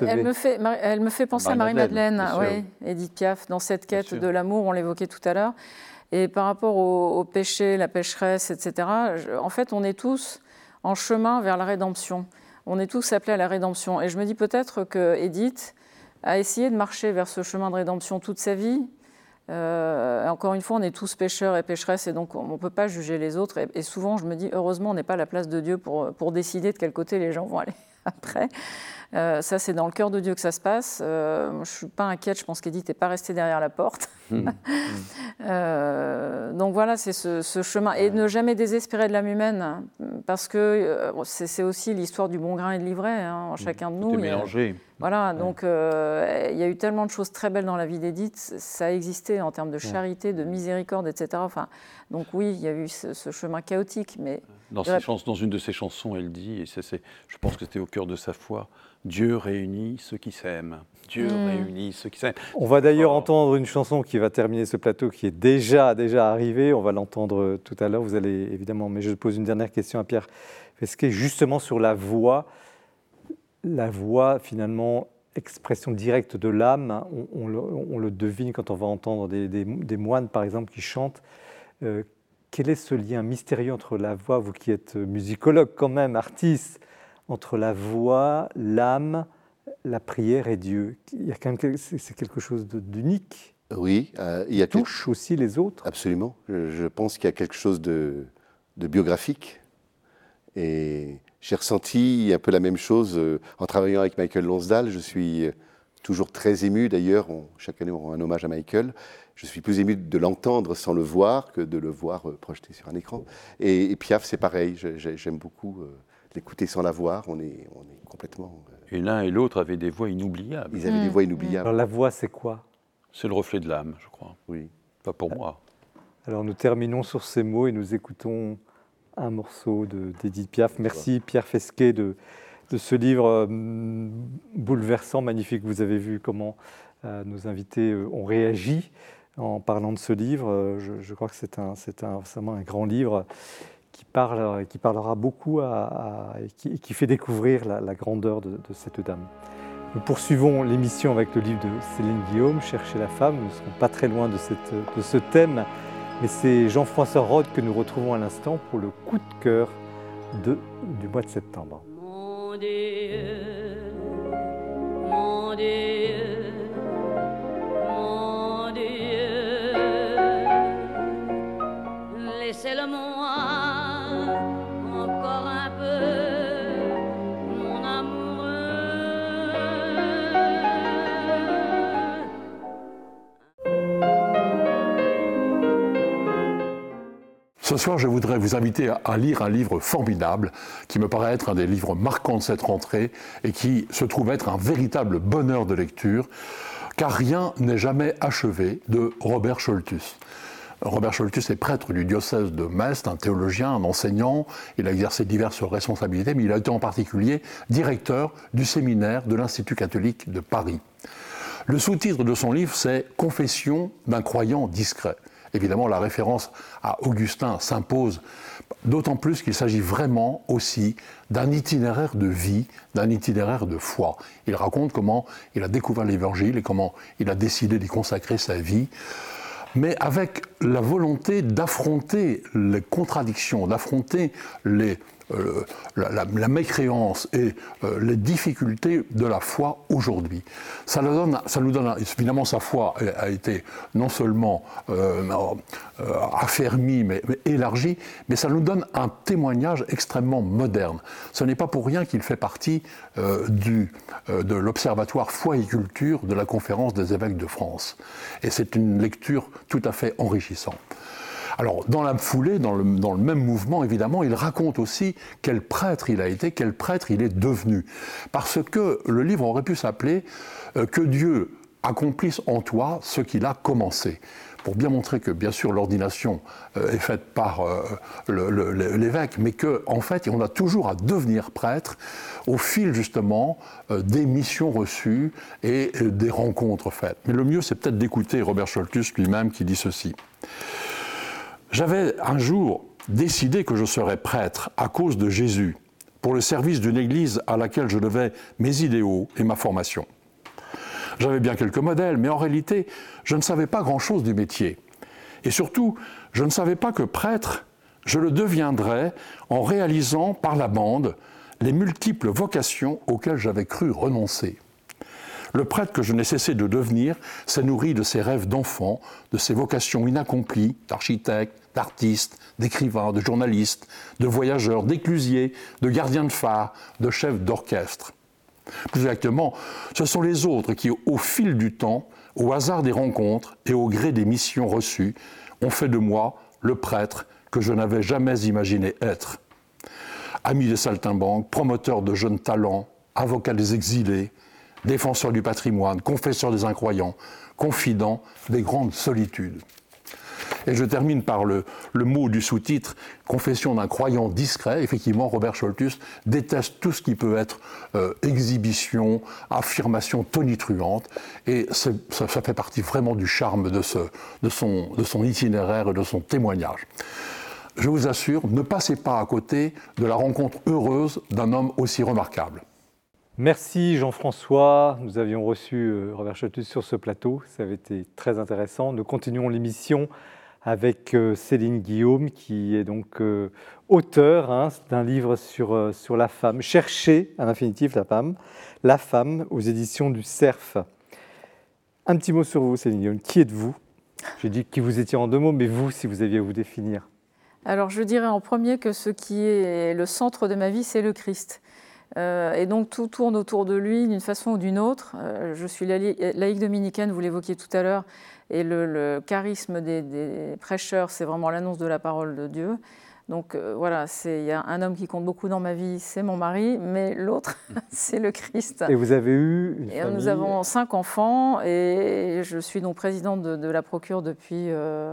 Elle me fait penser à Marie-Madeleine, oui, Édith Piaf, dans cette quête de l'amour, on l'évoquait tout à l'heure. Et par rapport au péché, la pécheresse, etc., en fait, on est tous en chemin vers la rédemption. On est tous appelés à la rédemption. Et je me dis peut-être qu'Édith a essayé de marcher vers ce chemin de rédemption toute sa vie. Encore une fois, on est tous pécheurs et pécheresses, et donc on ne peut pas juger les autres. Et souvent, je me dis, heureusement, on n'est pas à la place de Dieu pour décider de quel côté les gens vont aller après. Ça, c'est dans le cœur de Dieu que ça se passe. Je ne suis pas inquiète, je pense qu'Édith n'est pas restée derrière la porte. Donc voilà, c'est ce chemin. Et ne jamais désespérer de l'âme humaine, parce que c'est aussi l'histoire du bon grain et de l'ivraie, hein, en chacun de nous. Tout est mélangé. Voilà, donc il y a eu tellement de choses très belles dans la vie d'Édith, ça a existé en termes de charité, de miséricorde, etc. Enfin, donc oui, il y a eu ce chemin chaotique, mais... Dans une de ses chansons, elle dit, et je pense que c'était au cœur de sa foi, « Dieu réunit ceux qui s'aiment. Dieu réunit ceux qui s'aiment. » On va d'ailleurs entendre une chanson qui va terminer ce plateau, qui est déjà arrivée. On va l'entendre tout à l'heure. Vous allez évidemment... Mais je pose une dernière question à Pierre Fesquet, justement sur la voix. La voix, finalement, expression directe de l'âme. On le devine quand on va entendre des moines, par exemple, qui chantent. Quel est ce lien mystérieux entre la voix, vous qui êtes musicologue quand même, artiste, entre la voix, l'âme, la prière et Dieu? Il y a quand même, c'est quelque chose d'unique. Oui, il y a touche aussi les autres. Absolument. Je pense qu'il y a quelque chose de biographique. Et j'ai ressenti un peu la même chose en travaillant avec Michael Lonsdale. Je suis toujours très ému, d'ailleurs, chaque année on rend un hommage à Michael. Je suis plus ému de l'entendre sans le voir que de le voir projeté sur un écran. Et Piaf, c'est pareil, j'aime beaucoup l'écouter sans la voir, on est complètement... Et l'un et l'autre avaient des voix inoubliables. Ils avaient des voix inoubliables. Alors la voix, c'est quoi? C'est le reflet de l'âme, je crois. Oui. Pas pour moi. Alors nous terminons sur ces mots et nous écoutons un morceau d'Édith Piaf. Merci Pierre Fesquet de ce livre bouleversant, magnifique. Vous avez vu comment nos invités ont réagi en parlant de ce livre. Je crois que c'est vraiment un grand livre qui parlera beaucoup et qui fait découvrir la grandeur de cette dame. Nous poursuivons l'émission avec le livre de Céline Guillaume, Chercher la femme. Nous ne serons pas très loin de ce thème, mais c'est Jean-François Rode que nous retrouvons à l'instant pour le coup de cœur du mois de septembre. Mon Dieu, mon Dieu, mon Dieu, laissez-le-moi encore un peu, mon amoureux. Ce soir, je voudrais vous inviter à lire un livre formidable qui me paraît être un des livres marquants de cette rentrée et qui se trouve être un véritable bonheur de lecture, car rien n'est jamais achevé, de Robert Scholtus. Robert Scholtus est prêtre du diocèse de Metz, un théologien, un enseignant. Il a exercé diverses responsabilités, mais il a été en particulier directeur du séminaire de l'Institut catholique de Paris. Le sous-titre de son livre, c'est « Confession d'un croyant discret ». Évidemment, la référence à Augustin s'impose, d'autant plus qu'il s'agit vraiment aussi d'un itinéraire de vie, d'un itinéraire de foi. Il raconte comment il a découvert l'Évangile et comment il a décidé d'y consacrer sa vie, mais avec la volonté d'affronter les contradictions, d'affronter la mécréance et les difficultés de la foi aujourd'hui. Ça nous donne, évidemment, sa foi a été non seulement affermi, mais élargi, mais ça nous donne un témoignage extrêmement moderne. Ce n'est pas pour rien qu'il fait partie de l'Observatoire Foi et Culture de la Conférence des évêques de France. Et c'est une lecture tout à fait enrichissante. Alors, dans la foulée, dans le même mouvement, évidemment, il raconte aussi quel prêtre il a été, quel prêtre il est devenu. Parce que le livre aurait pu s'appeler « Que Dieu accomplisse en toi ce qu'il a commencé ». Pour bien montrer que, bien sûr, l'ordination est faite par l'évêque, mais qu'en fait, on a toujours à devenir prêtre au fil, justement, des missions reçues et des rencontres faites. Mais le mieux, c'est peut-être d'écouter Robert Scholtus lui-même qui dit ceci. J'avais un jour décidé que je serais prêtre à cause de Jésus, pour le service d'une église à laquelle je devais mes idéaux et ma formation. J'avais bien quelques modèles, mais en réalité, je ne savais pas grand-chose du métier. Et surtout, je ne savais pas que prêtre, je le deviendrais en réalisant par la bande les multiples vocations auxquelles j'avais cru renoncer. Le prêtre que je n'ai cessé de devenir s'est nourri de ses rêves d'enfant, de ses vocations inaccomplies, d'architecte, d'artiste, d'écrivain, de journaliste, de voyageur, d'éclusier, de gardien de phare, de chef d'orchestre. Plus exactement, ce sont les autres qui, au fil du temps, au hasard des rencontres et au gré des missions reçues, ont fait de moi le prêtre que je n'avais jamais imaginé être. Ami des saltimbanques, promoteur de jeunes talents, avocat des exilés, défenseur du patrimoine, confesseur des incroyants, confident des grandes solitudes. Et je termine par le mot du sous-titre « Confession d'un croyant discret ». Effectivement, Robert Scholtus déteste tout ce qui peut être exhibition, affirmation tonitruante. Et ça fait partie vraiment du charme de son itinéraire et de son témoignage. Je vous assure, ne passez pas à côté de la rencontre heureuse d'un homme aussi remarquable. Merci Jean-François, nous avions reçu Robert Scholtus sur ce plateau, ça avait été très intéressant. Nous continuons l'émission avec Céline Guillaume qui est donc auteure d'un livre sur la femme, Chercher à l'infinitif la femme aux éditions du Cerf. Un petit mot sur vous Céline Guillaume, qui êtes-vous? J'ai dit qui vous étiez en 2 mots, mais vous, si vous aviez à vous définir. Alors je dirais en premier que ce qui est le centre de ma vie, c'est le Christ. Et donc tout tourne autour de lui d'une façon ou d'une autre. Je suis laïque dominicaine, vous l'évoquiez tout à l'heure, et le charisme des prêcheurs, c'est vraiment l'annonce de la parole de Dieu. Donc voilà, il y a un homme qui compte beaucoup dans ma vie, c'est mon mari, mais l'autre, c'est le Christ. Et vous avez eu une famille... Nous avons 5 enfants, et je suis donc présidente de la Procure depuis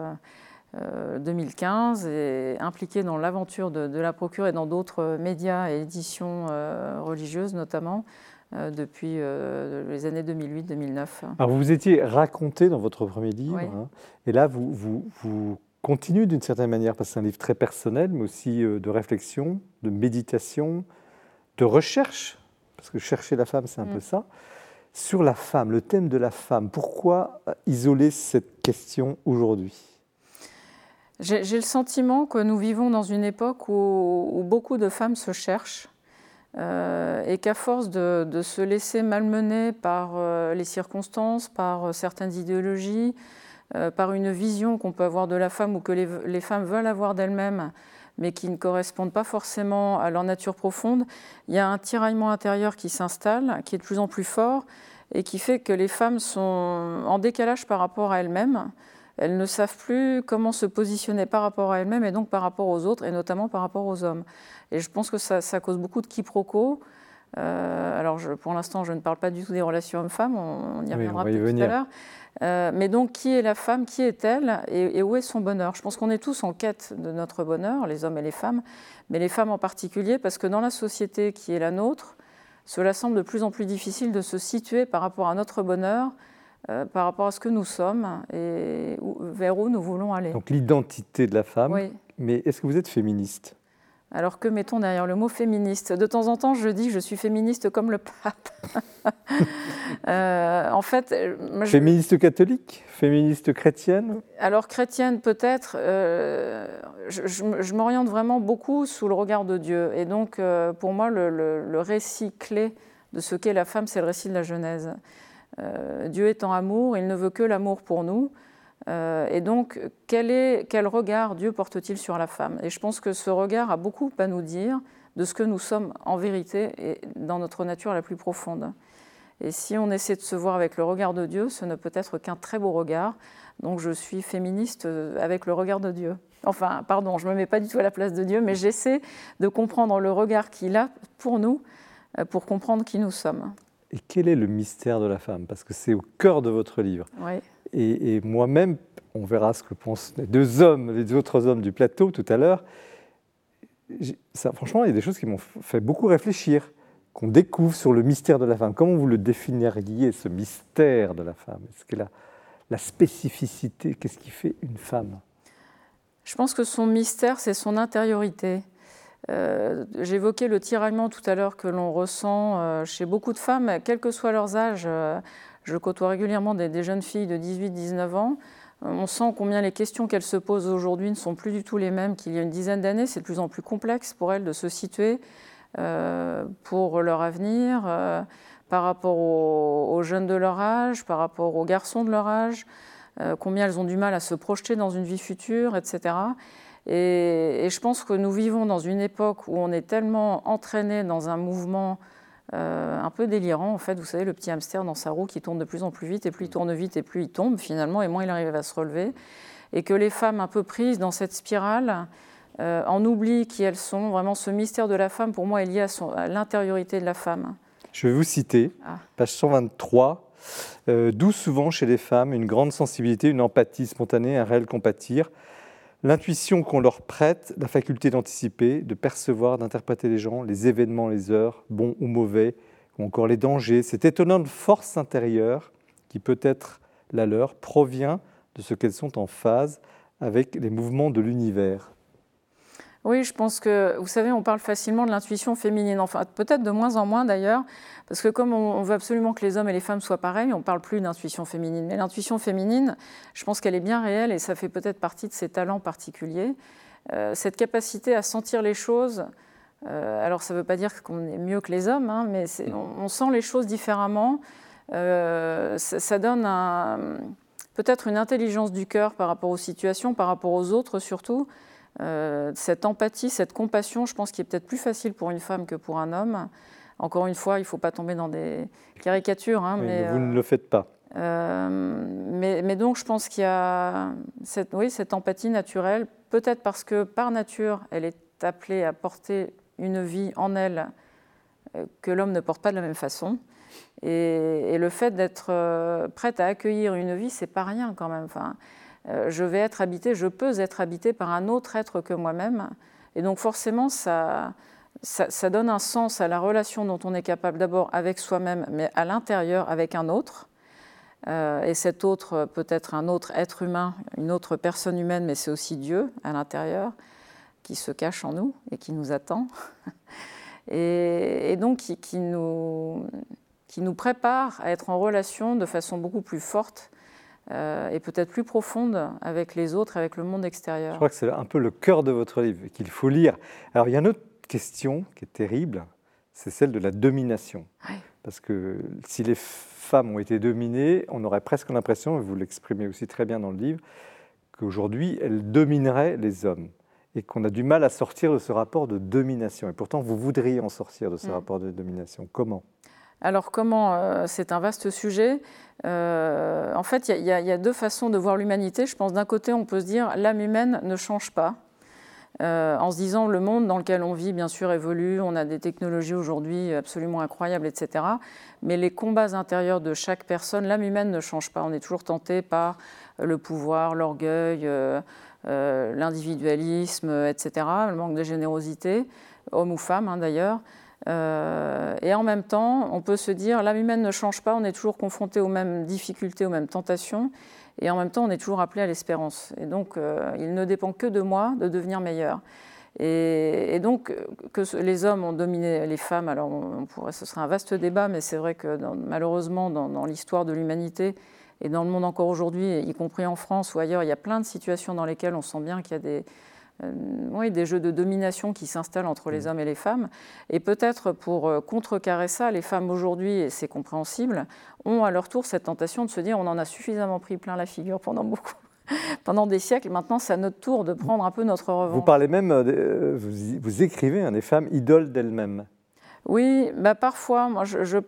2015 et impliquée dans l'aventure de la Procure et dans d'autres médias et éditions religieuses notamment depuis les années 2008-2009. Alors vous vous étiez raconté dans votre premier livre, oui. Et là vous continuez d'une certaine manière, parce que c'est un livre très personnel, mais aussi de réflexion, de méditation, de recherche, parce que chercher la femme, c'est un peu ça, sur la femme, le thème de la femme. Pourquoi isoler cette question aujourd'hui ? J'ai le sentiment que nous vivons dans une époque où beaucoup de femmes se cherchent et qu'à force de se laisser malmener par les circonstances, par certaines idéologies, par une vision qu'on peut avoir de la femme ou que les femmes veulent avoir d'elles-mêmes, mais qui ne correspondent pas forcément à leur nature profonde, il y a un tiraillement intérieur qui s'installe, qui est de plus en plus fort et qui fait que les femmes sont en décalage par rapport à elles-mêmes. Elles ne savent plus comment se positionner par rapport à elles-mêmes et donc par rapport aux autres, et notamment par rapport aux hommes. Et je pense que ça cause beaucoup de quiproquos. Alors pour l'instant, je ne parle pas du tout des relations hommes-femmes, on y reviendra peut-être tout à l'heure. Mais donc, qui est la femme, qui est-elle et où est son bonheur? Je pense qu'on est tous en quête de notre bonheur, les hommes et les femmes, mais les femmes en particulier, parce que dans la société qui est la nôtre, cela semble de plus en plus difficile de se situer par rapport à notre bonheur, par rapport à ce que nous sommes et vers où nous voulons aller. Donc l'identité de la femme, oui. Mais est-ce que vous êtes féministe? Alors que mettons derrière le mot féministe? De temps en temps, je dis que je suis féministe comme le pape. En fait, féministe catholique? Féministe chrétienne? Alors chrétienne peut-être. Je m'oriente vraiment beaucoup sous le regard de Dieu. Et donc, pour moi, le récit clé de ce qu'est la femme, c'est le récit de la Genèse. Dieu étant amour, il ne veut que l'amour pour nous. Et donc, quel regard Dieu porte-t-il sur la femme? Et je pense que ce regard a beaucoup à nous dire de ce que nous sommes en vérité et dans notre nature la plus profonde. Et si on essaie de se voir avec le regard de Dieu, ce ne peut être qu'un très beau regard. Donc je suis féministe avec le regard de Dieu. Enfin, pardon, je ne me mets pas du tout à la place de Dieu, mais j'essaie de comprendre le regard qu'il a pour nous, pour comprendre qui nous sommes. Et quel est le mystère de la femme? Parce que c'est au cœur de votre livre. Oui. Et moi-même, on verra ce que pensent les deux hommes, les autres hommes du plateau tout à l'heure. Franchement, il y a des choses qui m'ont fait beaucoup réfléchir, qu'on découvre sur le mystère de la femme. Comment vous le définiriez, ce mystère de la femme? Est-ce que la spécificité, qu'est-ce qui fait une femme? Je pense que son mystère, c'est son intériorité. J'évoquais le tiraillement tout à l'heure que l'on ressent chez beaucoup de femmes, quel que soit leurs âges. Je côtoie régulièrement des jeunes filles de 18-19 ans. On sent combien les questions qu'elles se posent aujourd'hui ne sont plus du tout les mêmes qu'il y a une dizaine d'années. C'est de plus en plus complexe pour elles de se situer pour leur avenir, par rapport aux jeunes de leur âge, par rapport aux garçons de leur âge, combien elles ont du mal à se projeter dans une vie future, etc. Et je pense que nous vivons dans une époque où on est tellement entraîné dans un mouvement un peu délirant, en fait, vous savez, le petit hamster dans sa roue qui tourne de plus en plus vite, et plus il tourne vite, et plus il tombe finalement, et moins il arrive à se relever, et que les femmes un peu prises dans cette spirale en oublient qui elles sont. Vraiment, ce mystère de la femme, pour moi, est lié à l'intériorité de la femme. Je vais vous citer, page 123, d'où souvent chez les femmes une grande sensibilité, une empathie spontanée, un réel compatir, l'intuition qu'on leur prête, la faculté d'anticiper, de percevoir, d'interpréter les gens, les événements, les heures, bons ou mauvais, ou encore les dangers. Cette étonnante force intérieure, qui peut être la leur, provient de ce qu'elles sont en phase avec les mouvements de l'univers. Oui, je pense que, vous savez, on parle facilement de l'intuition féminine, enfin peut-être de moins en moins d'ailleurs, parce que comme on veut absolument que les hommes et les femmes soient pareils, on ne parle plus d'intuition féminine. Mais l'intuition féminine, je pense qu'elle est bien réelle et ça fait peut-être partie de ses talents particuliers. Cette capacité à sentir les choses, alors ça ne veut pas dire qu'on est mieux que les hommes, hein, mais on sent les choses différemment. Ça donne peut-être une intelligence du cœur par rapport aux situations, par rapport aux autres surtout. Cette empathie, cette compassion, je pense qu'il est peut-être plus facile pour une femme que pour un homme. Encore une fois, il ne faut pas tomber dans des caricatures. Hein, oui, mais vous ne le faites pas. Mais donc, je pense qu'il y a cette empathie naturelle, peut-être parce que par nature, elle est appelée à porter une vie en elle que l'homme ne porte pas de la même façon. Et le fait d'être prête à accueillir une vie, c'est pas rien quand même. Enfin, je peux être habitée par un autre être que moi-même. Et donc forcément, ça donne un sens à la relation dont on est capable d'abord avec soi-même, mais à l'intérieur avec un autre. Et cet autre peut être un autre être humain, une autre personne humaine, mais c'est aussi Dieu à l'intérieur, qui se cache en nous et qui nous attend. Et donc qui nous prépare à être en relation de façon beaucoup plus forte et peut-être plus profonde avec les autres, avec le monde extérieur. Je crois que c'est un peu le cœur de votre livre qu'il faut lire. Alors il y a une autre question qui est terrible, c'est celle de la domination. Oui. Parce que si les femmes ont été dominées, on aurait presque l'impression, et vous l'exprimez aussi très bien dans le livre, qu'aujourd'hui elles domineraient les hommes et qu'on a du mal à sortir de ce rapport de domination. Et pourtant vous voudriez en sortir de ce rapport de domination. Comment ? Alors comment c'est un vaste sujet. En fait, il y a deux façons de voir l'humanité. Je pense d'un côté, on peut se dire l'âme humaine ne change pas. En se disant le monde dans lequel on vit, bien sûr, évolue. On a des technologies aujourd'hui absolument incroyables, etc. Mais les combats intérieurs de chaque personne, l'âme humaine ne change pas. On est toujours tenté par le pouvoir, l'orgueil, l'individualisme, etc., le manque de générosité, homme ou femme hein, d'ailleurs. Et en même temps, on peut se dire l'âme humaine ne change pas, on est toujours confronté aux mêmes difficultés, aux mêmes tentations, et en même temps, on est toujours appelé à l'espérance. Et donc, il ne dépend que de moi de devenir meilleur. Et donc, que les hommes ont dominé les femmes, alors ce serait un vaste débat, mais c'est vrai que malheureusement, dans l'histoire de l'humanité et dans le monde encore aujourd'hui, y compris en France ou ailleurs, il y a plein de situations dans lesquelles on sent bien qu'il y a des jeux de domination qui s'installent entre les hommes et les femmes. Et peut-être pour contrecarrer ça, les femmes aujourd'hui, et c'est compréhensible, ont à leur tour cette tentation de se dire on en a suffisamment pris plein la figure pendant pendant des siècles. Maintenant, c'est à notre tour de prendre un peu notre revanche. Vous parlez même, vous écrivez des femmes idoles d'elles-mêmes. Oui, parfois, moi,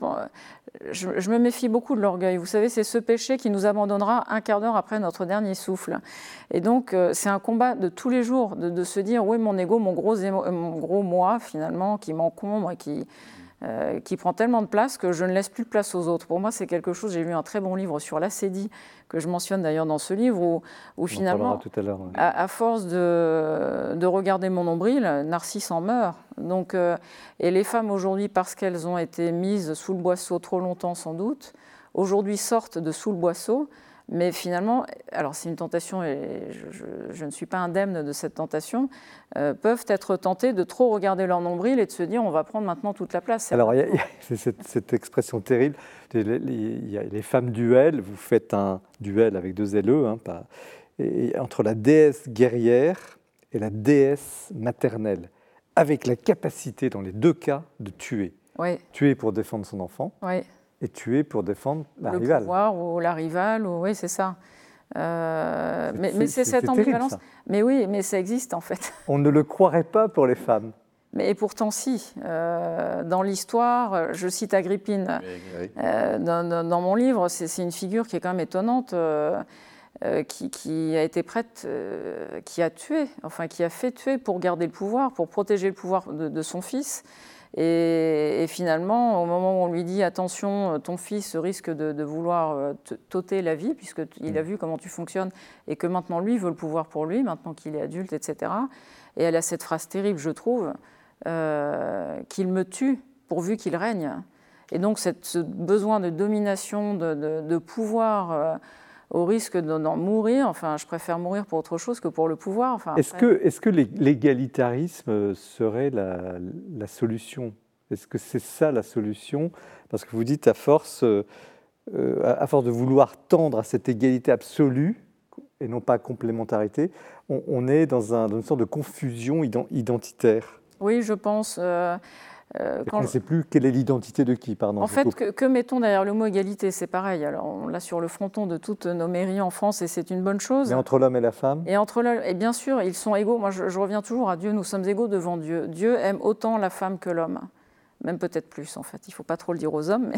je me méfie beaucoup de l'orgueil. Vous savez, c'est ce péché qui nous abandonnera un quart d'heure après notre dernier souffle. Et donc, c'est un combat de tous les jours, de se dire, oui, mon ego, mon gros moi, finalement, qui m'encombre et qui prend tellement de place que je ne laisse plus de place aux autres. Pour moi, c'est quelque chose, j'ai lu un très bon livre sur l'acédie, que je mentionne d'ailleurs dans ce livre, où finalement, tout à l'heure, ouais. à force de regarder mon nombril, Narcisse en meurt. Donc, et les femmes aujourd'hui, parce qu'elles ont été mises sous le boisseau trop longtemps sans doute, aujourd'hui sortent de sous le boisseau. Mais finalement, alors c'est une tentation et je ne suis pas indemne de cette tentation, peuvent être tentées de trop regarder leur nombril et de se dire on va prendre maintenant toute la place. Alors il y a cette expression terrible, il y a les femmes duels, vous faites un duel avec 2 LE, et entre la déesse guerrière et la déesse maternelle, avec la capacité dans les 2 cas de tuer. Oui. Tuer pour défendre son enfant. Oui. Et tuer pour défendre la rivale. Le pouvoir ou la rivale, oui, c'est ça. Mais c'est cette ambivalence. Terrible, mais oui, mais ça existe en fait. On ne le croirait pas pour les femmes. Mais et pourtant si. Dans l'histoire, je cite Agrippine. Oui. Dans mon livre, c'est une figure qui est quand même étonnante, qui a été prête, qui a tué, enfin qui a fait tuer pour garder le pouvoir, pour protéger le pouvoir de son fils. Et finalement, au moment où on lui dit « Attention, ton fils risque de vouloir t'ôter la vie, puisqu'il a vu comment tu fonctionnes, et que maintenant lui veut le pouvoir pour lui, maintenant qu'il est adulte, etc. » Et elle a cette phrase terrible, je trouve, qu'il me tue pourvu qu'il règne. Et donc, ce besoin de domination, de pouvoir, au risque d'en mourir, enfin, je préfère mourir pour autre chose que pour le pouvoir. Enfin, est-ce que l'égalitarisme serait la solution? Est-ce que c'est ça la solution? Parce que vous dites, à force de vouloir tendre à cette égalité absolue, et non pas complémentarité, on est dans une sorte de confusion identitaire. Oui, je pense... on ne sait plus quelle est l'identité de qui, pardon. En fait, que mettons derrière le mot égalité? C'est pareil. Alors, on l'a sur le fronton de toutes nos mairies en France et c'est une bonne chose. Mais entre l'homme et la femme? Et bien sûr, ils sont égaux. Moi, je reviens toujours à Dieu. Nous sommes égaux devant Dieu. Dieu aime autant la femme que l'homme. Même peut-être plus, en fait. Il ne faut pas trop le dire aux hommes.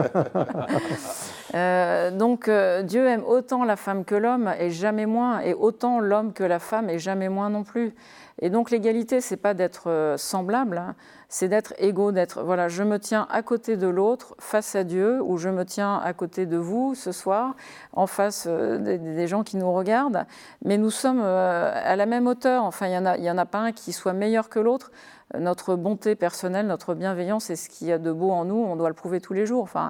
Mais... donc, Dieu aime autant la femme que l'homme et jamais moins. Et autant l'homme que la femme et jamais moins non plus. Et donc, l'égalité, ce n'est pas d'être semblable, hein, c'est d'être égaux, d'être, voilà, je me tiens à côté de l'autre, face à Dieu, ou je me tiens à côté de vous ce soir, en face des gens qui nous regardent. Mais nous sommes à la même hauteur. Enfin, il y en a pas un qui soit meilleur que l'autre. Notre bonté personnelle, notre bienveillance, c'est ce qu'il y a de beau en nous. On doit le prouver tous les jours. Enfin,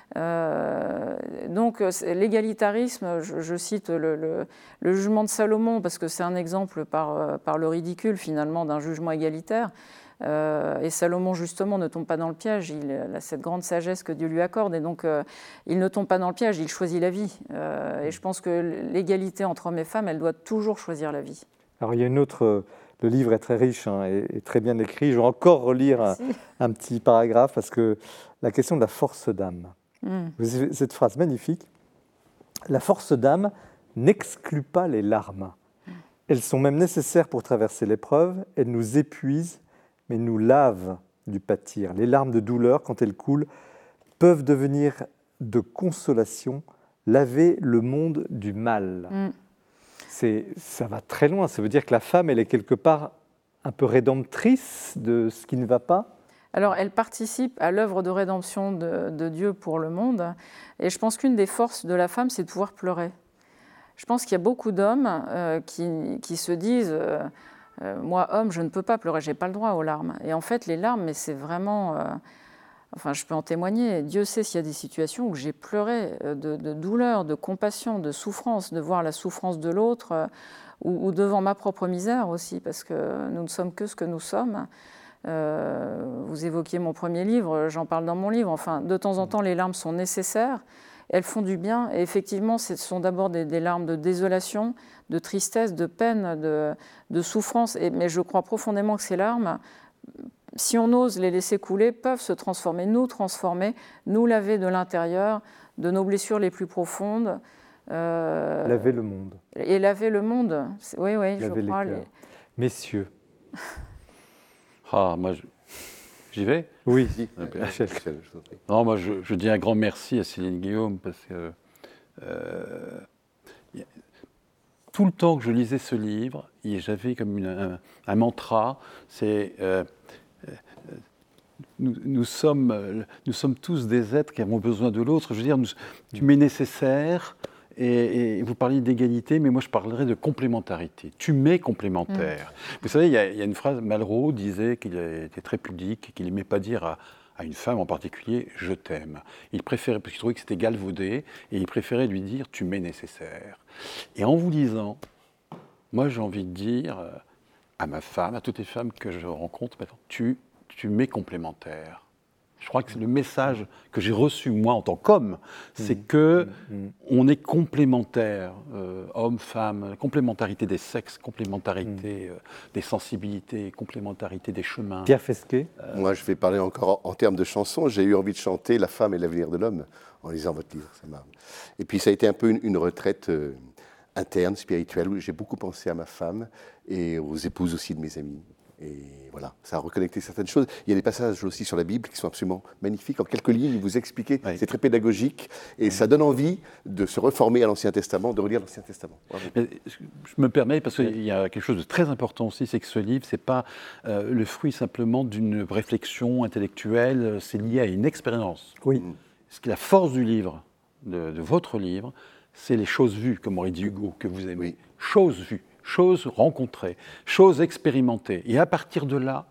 donc l'égalitarisme, je cite le jugement de Salomon parce que c'est un exemple par le ridicule finalement d'un jugement égalitaire. Et Salomon justement ne tombe pas dans le piège, il a cette grande sagesse que Dieu lui accorde et donc il ne tombe pas dans le piège, il choisit la vie. Et je pense que l'égalité entre hommes et femmes, elle doit toujours choisir la vie. Alors il y a une autre... Le livre est très riche et très bien écrit. Je vais encore relire un petit paragraphe parce que la question de la force d'âme. Vous avez cette phrase magnifique. La force d'âme n'exclut pas les larmes. Elles sont même nécessaires pour traverser l'épreuve. Elles nous épuisent, mais nous lavent du pâtir. Les larmes de douleur, quand elles coulent, peuvent devenir de consolation, laver le monde du mal. Ça va très loin. Ça veut dire que la femme, elle est quelque part un peu rédemptrice de ce qui ne va pas. Alors, elle participe à l'œuvre de rédemption de Dieu pour le monde. Et je pense qu'une des forces de la femme, c'est de pouvoir pleurer. Je pense qu'il y a beaucoup d'hommes qui se disent moi, homme, je ne peux pas pleurer, je n'ai pas le droit aux larmes. Et en fait, les larmes, mais c'est vraiment... Enfin, je peux en témoigner. Dieu sait s'il y a des situations où j'ai pleuré de douleur, de compassion, de souffrance, de voir la souffrance de l'autre ou devant ma propre misère aussi, parce que nous ne sommes que ce que nous sommes. Vous évoquiez mon premier livre, j'en parle dans mon livre. Enfin, de temps en temps, les larmes sont nécessaires, elles font du bien. Et effectivement, ce sont d'abord des larmes de désolation, de tristesse, de peine, de souffrance. Mais je crois profondément que ces larmes, si on ose les laisser couler, peuvent se transformer, nous laver de l'intérieur, de nos blessures les plus profondes, Laver le monde. Et laver le monde, oui, Laver je les crois. cœurs. Messieurs. Ah, moi, j'y vais. Oui, Michel, je vous en prie. Non, moi, je dis un grand merci à Céline Guillaume parce que tout le temps que je lisais ce livre, j'avais comme un mantra, c'est nous sommes tous des êtres qui avons besoin de l'autre. Je veux dire, tu m'es nécessaire. Et vous parliez d'égalité, mais moi je parlerais de complémentarité. Tu m'es complémentaire. Vous savez, il y a une phrase, Malraux disait qu'il était très pudique, qu'il n'aimait pas dire à une femme en particulier « je t'aime ». Il préférait, parce qu'il trouvait que c'était galvaudé, et il préférait lui dire « tu m'es nécessaire ». Et en vous lisant, moi j'ai envie de dire à ma femme, à toutes les femmes que je rencontre maintenant, tu m'es complémentaire. Je crois que c'est le message que j'ai reçu, moi, en tant qu'homme, c'est que on est complémentaires, hommes, femmes, complémentarité des sexes, complémentarité des sensibilités, complémentarité des chemins. Pierre Fesquet. Moi, je vais parler encore en termes de chansons. J'ai eu envie de chanter « La femme et l'avenir de l'homme » en lisant votre livre. Et puis, ça a été un peu une retraite interne, spirituelle, où j'ai beaucoup pensé à ma femme et aux épouses aussi de mes amis. Et voilà, ça a reconnecté certaines choses. Il y a des passages aussi sur la Bible qui sont absolument magnifiques. En quelques lignes, vous expliquez, c'est très pédagogique et ça donne envie de se reformer à l'Ancien Testament, de relire l'Ancien Testament. Mais je me permets, parce qu'il y a quelque chose de très important aussi, c'est que ce livre, ce n'est pas le fruit simplement d'une réflexion intellectuelle, c'est lié à une expérience. Oui. Ce qui est la force du livre, de votre livre, c'est les choses vues, comme aurait dit Hugo, que vous aimez. Oui. Choses vues. Choses rencontrées, choses expérimentées. Et à partir de là,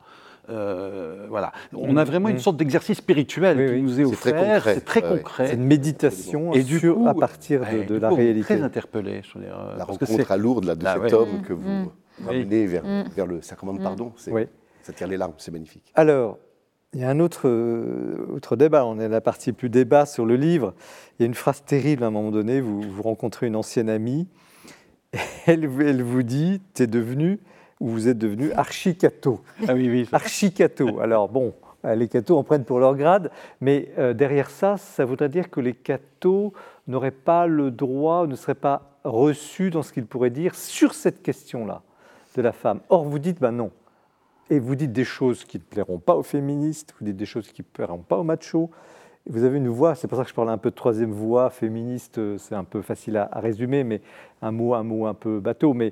voilà, on a vraiment une sorte d'exercice spirituel qui nous est offert. C'est très concret. C'est une méditation et du coup, à partir de la réalité. Très interpellé. Je veux dire, la rencontre à Lourdes là, de cet homme que vous ramenez vers le sacrement de pardon, ça tire les larmes, c'est magnifique. Alors, il y a un autre débat, on est à la partie plus débat sur le livre. Il y a une phrase terrible à un moment donné, vous rencontrez une ancienne amie, elle vous dit, vous êtes devenu archi-catho. Ah oui. Archi-catho. Alors bon, les cathos en prennent pour leur grade, mais derrière ça voudrait dire que les cathos n'auraient pas le droit, ne seraient pas reçus dans ce qu'ils pourraient dire sur cette question-là de la femme. Or, vous dites, non. Et vous dites des choses qui ne plairont pas aux féministes, vous dites des choses qui ne plairont pas aux machos. Vous avez une voix, c'est pour ça que je parlais un peu de troisième voix féministe, c'est un peu facile à résumer, mais un mot un peu bateau. Mais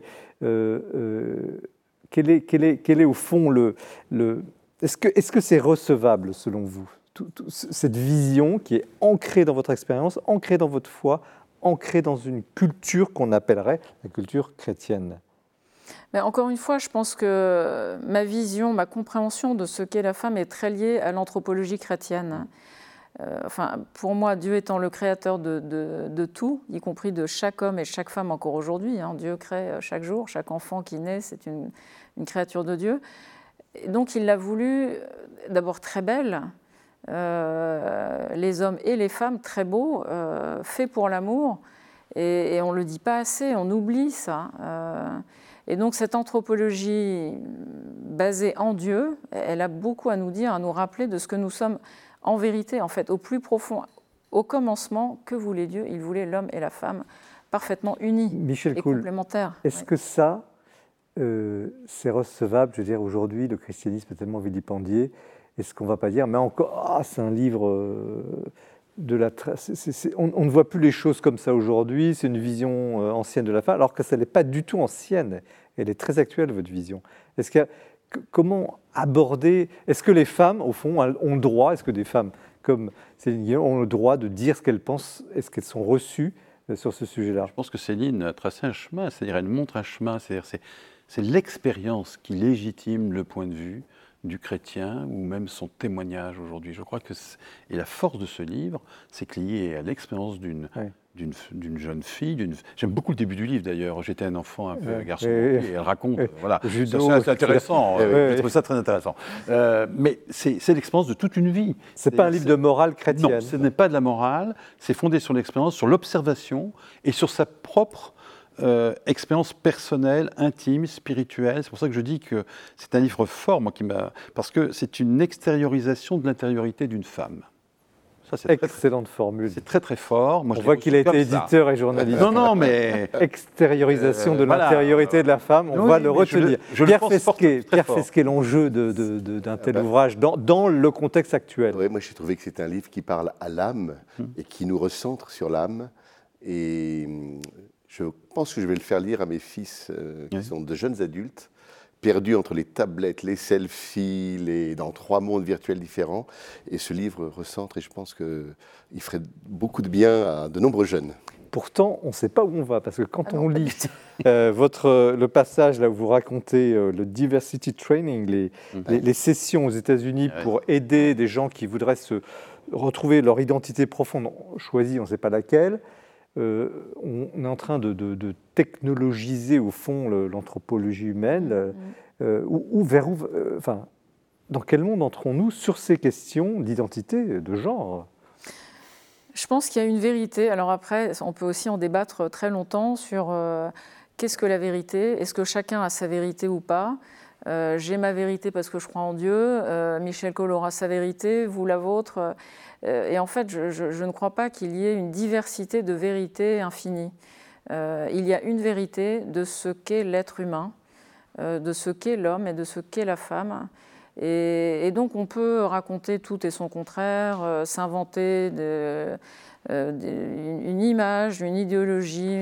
quel est au fond est-ce que c'est recevable selon vous, cette vision qui est ancrée dans votre expérience, ancrée dans votre foi, ancrée dans une culture qu'on appellerait la culture chrétienne? Mais encore une fois, je pense que ma vision, ma compréhension de ce qu'est la femme est très liée à l'anthropologie chrétienne. Pour moi, Dieu étant le créateur de tout, y compris de chaque homme et chaque femme encore aujourd'hui, Dieu crée chaque jour, chaque enfant qui naît, c'est une créature de Dieu. Et donc il l'a voulu d'abord très belle, les hommes et les femmes très beaux, faits pour l'amour, et on ne le dit pas assez, on oublie ça. Et donc cette anthropologie basée en Dieu, elle a beaucoup à nous dire, à nous rappeler de ce que nous sommes en vérité, en fait, au plus profond, au commencement, que voulait Dieu? Il voulait l'homme et la femme parfaitement unis et complémentaires. Est-ce que ça, c'est recevable? Je veux dire, aujourd'hui, le christianisme est tellement vilipendié. Est-ce qu'on ne va pas dire, mais encore, c'est un livre on ne voit plus les choses comme ça aujourd'hui, c'est une vision ancienne de la femme, alors que ça n'est pas du tout ancienne. Elle est très actuelle, votre vision. Comment aborder... Est-ce que les femmes, au fond, ont le droit, est-ce que des femmes comme Céline Guillaume ont le droit de dire ce qu'elles pensent? Est-ce qu'elles sont reçues sur ce sujet-là? Je pense que Céline a tracé un chemin, c'est-à-dire elle montre un chemin, c'est l'expérience qui légitime le point de vue du chrétien ou même son témoignage aujourd'hui. Je crois que et la force de ce livre, c'est que lié à l'expérience d'une jeune fille. J'aime beaucoup le début du livre d'ailleurs. J'étais un enfant un peu garçon et elle raconte. Voilà, c'est intéressant. Je trouve ça très intéressant. Mais c'est l'expérience de toute une vie. C'est pas un livre de morale chrétienne. Non, ce n'est pas de la morale. C'est fondé sur l'expérience, sur l'observation et sur sa propre expérience personnelle, intime, spirituelle. C'est pour ça que je dis que c'est un livre fort, parce que c'est une extériorisation de l'intériorité d'une femme. Ça, c'est très, Excellente formule. c'est très très fort. Moi, On je voit l'ai qu'il a reçu été comme ça. éditeur et journaliste. Non, mais Extériorisation de voilà. l'intériorité de la femme, on Oui, va le mais retenir. je le Pierre pense Fesquet, très fort. l'enjeu d'un tel ouvrage dans le contexte actuel. Ouais, moi, j'ai trouvé que c'est un livre qui parle à l'âme et qui nous recentre sur l'âme. Et je pense que je vais le faire lire à mes fils, qui sont de jeunes adultes, perdus entre les tablettes, les selfies, dans 3 mondes virtuels différents. Et ce livre recentre, et je pense qu'il ferait beaucoup de bien à de nombreux jeunes. Pourtant, on ne sait pas où on va, parce que quand on lit le passage là où vous racontez le diversity training, les sessions aux États-Unis pour aider des gens qui voudraient se retrouver leur identité profonde, choisie, on ne sait pas laquelle, on est en train de technologiser au fond l'anthropologie humaine. Dans quel monde entrons-nous sur ces questions d'identité, de genre ? Je pense qu'il y a une vérité. Alors après, on peut aussi en débattre très longtemps sur qu'est-ce que la vérité ? Est-ce que chacun a sa vérité ou pas ? J'ai ma vérité parce que je crois en Dieu. Michel Cole aura sa vérité, vous la vôtre. Et en fait, je ne crois pas qu'il y ait une diversité de vérités infinies. Il y a une vérité de ce qu'est l'être humain, de ce qu'est l'homme et de ce qu'est la femme. Et donc on peut raconter tout et son contraire, s'inventer une image, une idéologie,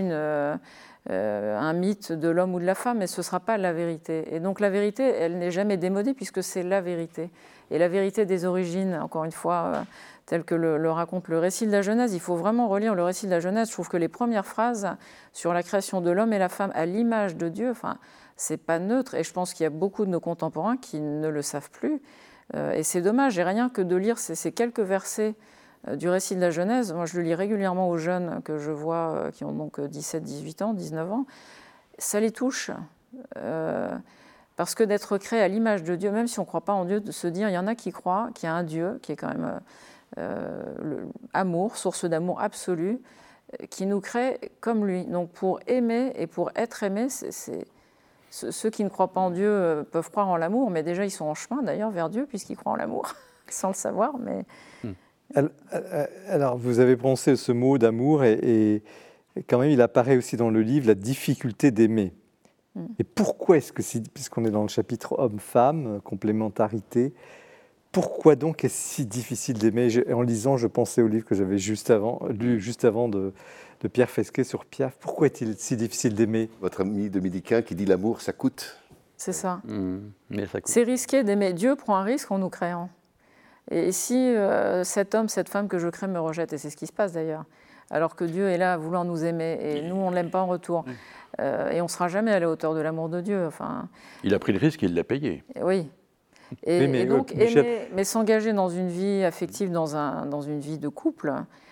un mythe de l'homme ou de la femme, mais ce ne sera pas la vérité. Et donc la vérité, elle n'est jamais démodée puisque c'est la vérité. Et la vérité des origines, encore une fois, telle que le raconte le récit de la Genèse, il faut vraiment relire le récit de la Genèse. Je trouve que les premières phrases sur la création de l'homme et la femme à l'image de Dieu, c'est pas neutre, et je pense qu'il y a beaucoup de nos contemporains qui ne le savent plus, et c'est dommage. Et rien que de lire ces quelques versets du récit de la Genèse, moi je le lis régulièrement aux jeunes que je vois, qui ont donc 17, 18 ans, 19 ans, ça les touche, parce que d'être créé à l'image de Dieu, même si on ne croit pas en Dieu, de se dire, il y en a qui croient qu'il y a un Dieu, qui est quand même amour, source d'amour absolu, qui nous crée comme lui. Donc pour aimer et pour être aimé, ceux qui ne croient pas en Dieu peuvent croire en l'amour, mais déjà ils sont en chemin d'ailleurs vers Dieu puisqu'ils croient en l'amour, sans le savoir. Mais... Alors vous avez prononcé ce mot d'amour et quand même il apparaît aussi dans le livre la difficulté d'aimer. Et pourquoi est-ce que, puisqu'on est dans le chapitre homme-femme, complémentarité, pourquoi donc est-ce si difficile d'aimer ? En lisant, je pensais au livre que j'avais lu juste avant de Pierre Fesquet sur Piaf. Pourquoi est-il si difficile d'aimer ? Votre ami dominicain qui dit l'amour, ça coûte. C'est ça. Mais ça coûte. C'est risqué d'aimer. Dieu prend un risque en nous créant. Et si cet homme, cette femme que je crée me rejette, et c'est ce qui se passe d'ailleurs, alors que Dieu est là à vouloir nous aimer, et nous on ne l'aime pas en retour, et on ne sera jamais à la hauteur de l'amour de Dieu. Il a pris le risque et il l'a payé. Oui. Et donc Michel... aimer, mais s'engager dans une vie affective, dans une vie de couple,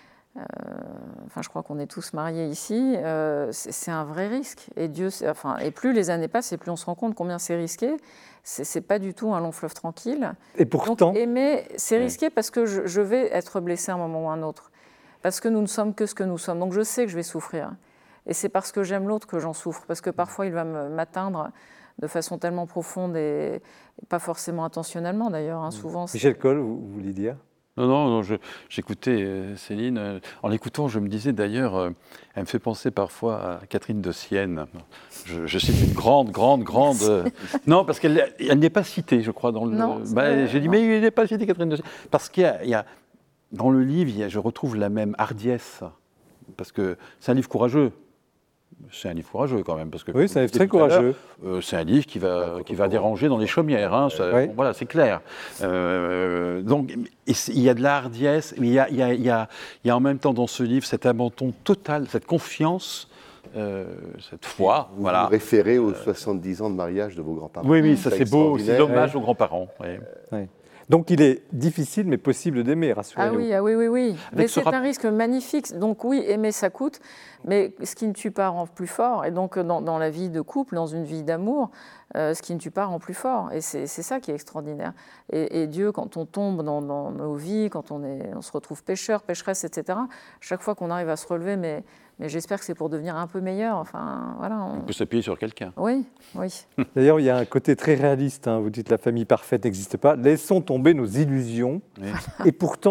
je crois qu'on est tous mariés ici, c'est un vrai risque. Et et plus les années passent, et plus on se rend compte combien c'est risqué. C'est pas du tout un long fleuve tranquille. Et pourtant, donc, aimer, c'est risqué parce que je vais être blessée à un moment ou à un autre, parce que nous ne sommes que ce que nous sommes. Donc je sais que je vais souffrir. Et c'est parce que j'aime l'autre que j'en souffre, parce que parfois il va m'atteindre de façon tellement profonde et pas forcément intentionnellement d'ailleurs. Souvent, Michel Cole, vous vouliez dire ? Non, j'écoutais Céline. En l'écoutant, je me disais d'ailleurs, elle me fait penser parfois à Catherine de Sienne. Je cite une grande. Non, parce qu'elle n'est pas citée, je crois, dans le. Non, j'ai dit, mais il n'est pas cité Catherine de Sienne. Parce qu'il y a dans le livre, je retrouve la même hardiesse. Parce que c'est un livre courageux. C'est un livre courageux quand même. Parce que, oui, c'est un livre très courageux. C'est un livre qui va déranger dans les chaumières. Oui. Voilà, c'est clair. Donc, il y a de la hardiesse, mais il y a en même temps dans ce livre cet abandon total, cette confiance, cette foi. Vous vous référez aux 70 ans de mariage de vos grands-parents. Oui, ça c'est beau, c'est l'hommage aux grands-parents. Oui. Donc il est difficile mais possible d'aimer, rassurez-vous. Oui. Mais c'est un risque magnifique. Donc oui, aimer ça coûte, mais ce qui ne tue pas rend plus fort. Et donc dans la vie de couple, dans une vie d'amour, ce qui ne tue pas rend plus fort. Et c'est ça qui est extraordinaire. Et Dieu, quand on tombe dans nos vies, quand on se retrouve pécheur, pécheresse, etc., chaque fois qu'on arrive à se relever, mais j'espère que c'est pour devenir un peu meilleur. On peut s'appuyer sur quelqu'un. Oui. D'ailleurs, il y a un côté très réaliste. Vous dites la famille parfaite n'existe pas. Laissons tomber nos illusions. Oui. Et pourtant,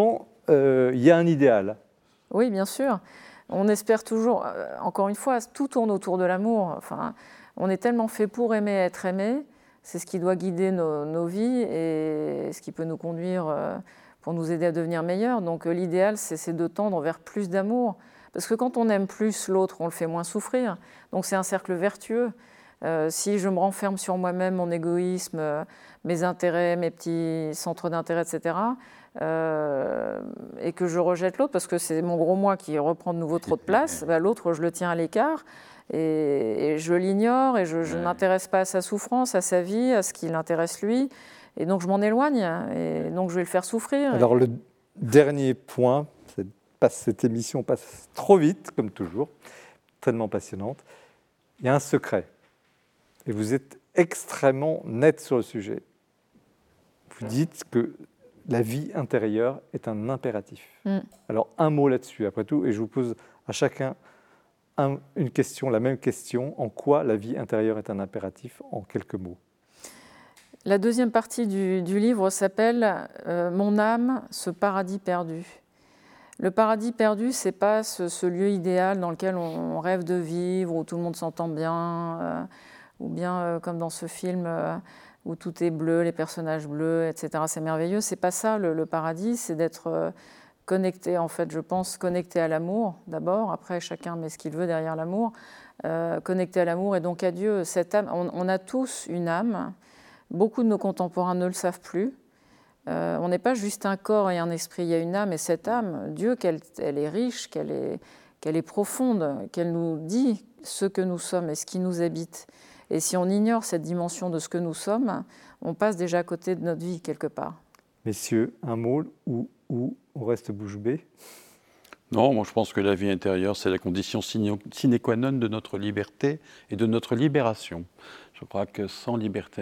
il y a un idéal. Oui, bien sûr. On espère toujours, encore une fois, tout tourne autour de l'amour. Enfin, on est tellement fait pour aimer, être aimé. C'est ce qui doit guider nos vies et ce qui peut nous conduire pour nous aider à devenir meilleurs. Donc l'idéal, c'est de tendre vers plus d'amour. Parce que quand on aime plus l'autre, on le fait moins souffrir. Donc c'est un cercle vertueux. Si je me renferme sur moi-même, mon égoïsme, mes intérêts, mes petits centres d'intérêt, etc., et que je rejette l'autre, parce que c'est mon gros moi qui reprend de nouveau trop de place, l'autre, je le tiens à l'écart. Et je l'ignore et je ne m'intéresse pas à sa souffrance, à sa vie, à ce qui l'intéresse lui. Et donc je m'en éloigne et donc je vais le faire souffrir. Alors le dernier point, cette émission passe trop vite, comme toujours, tellement passionnante. Il y a un secret et vous êtes extrêmement net sur le sujet. Vous dites que la vie intérieure est un impératif. Alors un mot là-dessus après tout, et je vous pose à chacun une question, la même question. En quoi la vie intérieure est un impératif, en quelques mots? La deuxième partie du livre s'appelle « Mon âme, ce paradis perdu ». Le paradis perdu, ce n'est pas ce lieu idéal dans lequel on rêve de vivre, où tout le monde s'entend bien, ou bien comme dans ce film où tout est bleu, les personnages bleus, etc. C'est merveilleux. Ce n'est pas ça le paradis, c'est d'être connecté, en fait, je pense, connecté à l'amour d'abord. Après, chacun met ce qu'il veut derrière l'amour. Connecté à l'amour et donc à Dieu. Cette âme, on a tous une âme. Beaucoup de nos contemporains ne le savent plus. On n'est pas juste un corps et un esprit, il y a une âme. Et cette âme, Dieu, elle est riche, qu'elle est profonde, qu'elle nous dit ce que nous sommes et ce qui nous habite. Et si on ignore cette dimension de ce que nous sommes, on passe déjà à côté de notre vie quelque part. Messieurs, un mot ou on reste bouche bée? Non, moi je pense que la vie intérieure, c'est la condition sine qua non de notre liberté et de notre libération. Je crois que sans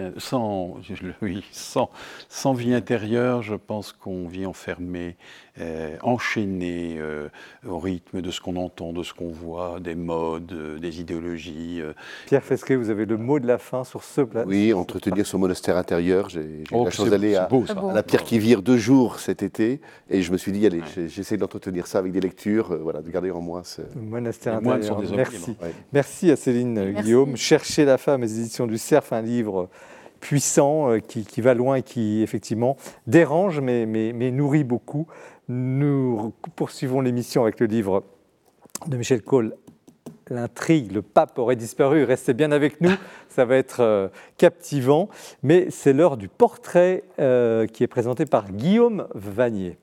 vie intérieure, je pense qu'on vit enfermé, enchaîné au rythme de ce qu'on entend, de ce qu'on voit, des modes, des idéologies. Pierre Fesquet, vous avez le mot de la fin sur ce plateau. Oui, entretenir son monastère intérieur. J'ai eu la chance d'aller à la Pierre qui Vire 2 jours cet été, et je me suis dit, allez, j'essaie d'entretenir ça avec des lectures, voilà, de garder en moi ce monastère intérieur. Merci. Ouais. Merci à Céline Guillaume. Cherchez la femme, les éditions du Cerf, un livre puissant qui va loin et qui effectivement dérange mais nourrit beaucoup. Nous poursuivons l'émission avec le livre de Michel Cole, L'intrigue, le pape aurait disparu. Restez bien avec nous, ça va être captivant. Mais c'est l'heure du portrait qui est présenté par Guillaume Vanier.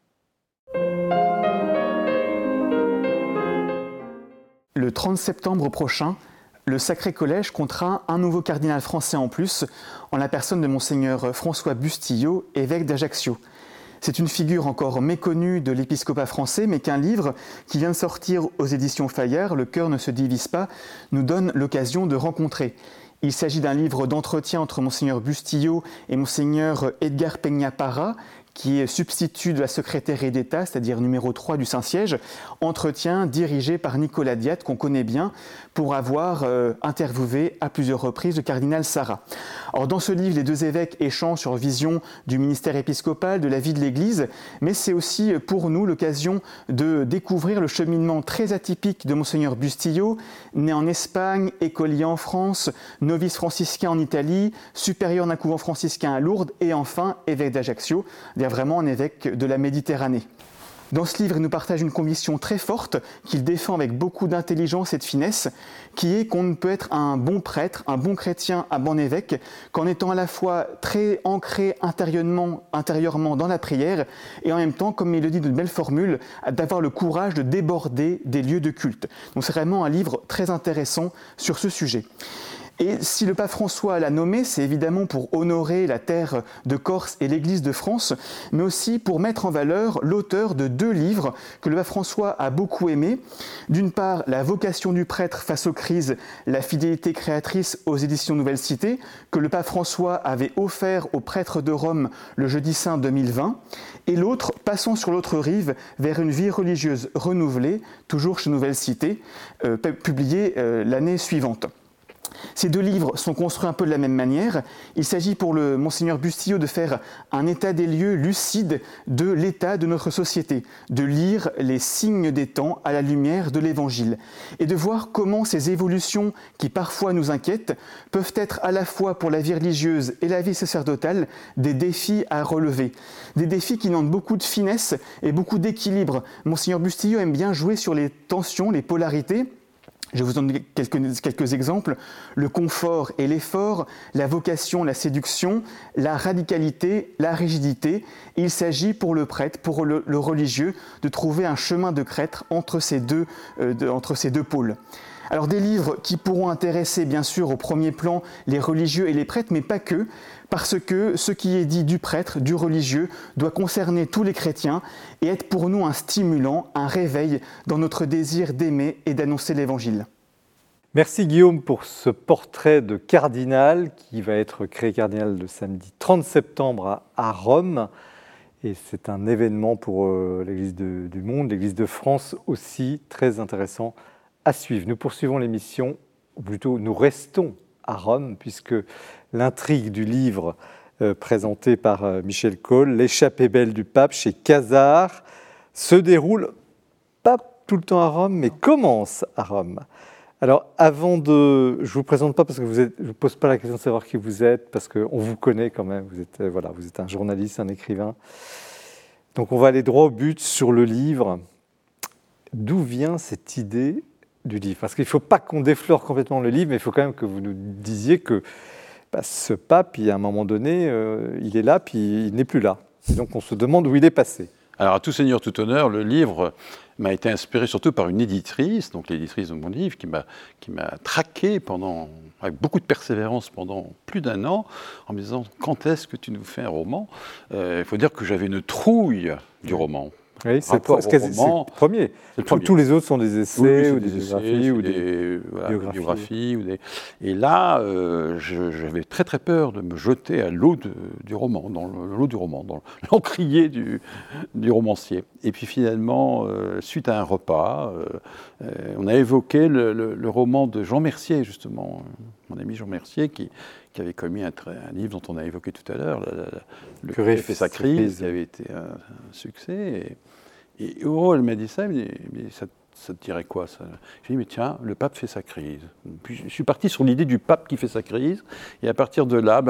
Le 30 septembre prochain, le Sacré Collège comptera un nouveau cardinal français en plus, en la personne de Monseigneur François Bustillo, évêque d'Ajaccio. C'est une figure encore méconnue de l'épiscopat français, mais qu'un livre qui vient de sortir aux éditions Fayard, Le cœur ne se divise pas, nous donne l'occasion de rencontrer. Il s'agit d'un livre d'entretien entre Monseigneur Bustillo et Monseigneur Edgar Peña Parra, qui est substitut de la secrétaire d'État, c'est-à-dire numéro 3 du Saint-Siège, entretien dirigé par Nicolas Diat, qu'on connaît bien, pour avoir interviewé à plusieurs reprises le cardinal Sarah. Alors, dans ce livre, les deux évêques échangent sur leur vision du ministère épiscopal, de la vie de l'Église, mais c'est aussi pour nous l'occasion de découvrir le cheminement très atypique de Monseigneur Bustillo, né en Espagne, écolier en France, novice franciscain en Italie, supérieur d'un couvent franciscain à Lourdes et enfin évêque d'Ajaccio, vraiment un évêque de la Méditerranée. Dans ce livre, il nous partage une conviction très forte qu'il défend avec beaucoup d'intelligence et de finesse, qui est qu'on ne peut être un bon prêtre, un bon chrétien, un bon évêque, qu'en étant à la fois très ancré intérieurement dans la prière, et en même temps, comme il le dit d'une belle formule, d'avoir le courage de déborder des lieux de culte. Donc c'est vraiment un livre très intéressant sur ce sujet. Et si le pape François l'a nommé, c'est évidemment pour honorer la terre de Corse et l'Église de France, mais aussi pour mettre en valeur l'auteur de 2 livres que le pape François a beaucoup aimés. D'une part, La vocation du prêtre face aux crises, la fidélité créatrice aux éditions Nouvelle Cité, que le pape François avait offert aux prêtres de Rome le Jeudi Saint 2020. Et l'autre, Passons sur l'autre rive vers une vie religieuse renouvelée, toujours chez Nouvelle Cité, publié l'année suivante. Ces deux livres sont construits un peu de la même manière. Il s'agit pour le Monseigneur Bustillo de faire un état des lieux lucide de l'état de notre société, de lire les signes des temps à la lumière de l'Évangile et de voir comment ces évolutions qui parfois nous inquiètent peuvent être à la fois pour la vie religieuse et la vie sacerdotale des défis à relever. Des défis qui demandent beaucoup de finesse et beaucoup d'équilibre. Monseigneur Bustillo aime bien jouer sur les tensions, les polarités. Je vous donne quelques exemples. Le confort et l'effort, la vocation, la séduction, la radicalité, la rigidité. Il s'agit pour le prêtre, pour le religieux, de trouver un chemin de crête entre ces deux pôles. Alors des livres qui pourront intéresser bien sûr au premier plan les religieux et les prêtres, mais pas que, parce que ce qui est dit du prêtre, du religieux, doit concerner tous les chrétiens et être pour nous un stimulant, un réveil dans notre désir d'aimer et d'annoncer l'Évangile. Merci Guillaume pour ce portrait de cardinal qui va être créé cardinal le samedi 30 septembre à Rome. Et c'est un événement pour l'Église du monde, l'Église de France aussi, très intéressant à suivre. Nous poursuivons l'émission, ou plutôt nous restons à Rome, puisque l'intrigue du livre présenté par Michel Cole, L'échappée belle du pape chez Casar, se déroule pas tout le temps à Rome, mais commence à Rome. Alors, avant de... Je ne vous présente pas parce que je ne vous pose pas la question de savoir qui vous êtes, parce qu'on vous connaît quand même, vous êtes un journaliste, un écrivain. Donc on va aller droit au but sur le livre. D'où vient cette idée du livre? Parce qu'il ne faut pas qu'on déflore complètement le livre, mais il faut quand même que vous nous disiez que ce pape, à un moment donné, il est là, puis il n'est plus là. Et donc on se demande où il est passé. Alors, à tout seigneur, tout honneur, le livre m'a été inspiré surtout par une éditrice, donc l'éditrice de mon livre, qui m'a traqué avec beaucoup de persévérance pendant plus d'1 an, en me disant « Quand est-ce que tu nous fais un roman ?» Il faut dire que j'avais une trouille du roman. Oui, c'est le premier. Tous les autres sont des essais, ou des biographies, ou des biographies. Et là, j'avais très très peur de me jeter à l'eau du roman, dans l'eau du roman, dans l'encrier du romancier. Et puis finalement, suite à un repas, on a évoqué le roman de Jean Mercier, justement, mon ami Jean Mercier, qui avait commis un livre dont on a évoqué tout à l'heure, Le curé fait sa crise, qui avait été un succès. Et elle m'a dit ça, mais ça te dirait quoi ça? J'ai dit, mais tiens, le pape fait sa crise. Puis je suis parti sur l'idée du pape qui fait sa crise, et à partir de là,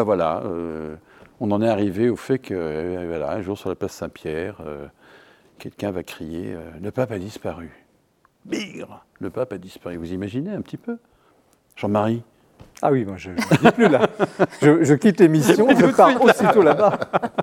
on en est arrivé au fait que, un jour sur la place Saint-Pierre, quelqu'un va crier, le pape a disparu. Bigre, le pape a disparu. Vous imaginez un petit peu? Jean-Marie? Ah oui, moi je ne dis plus là. Je quitte l'émission, je pars aussitôt là-bas.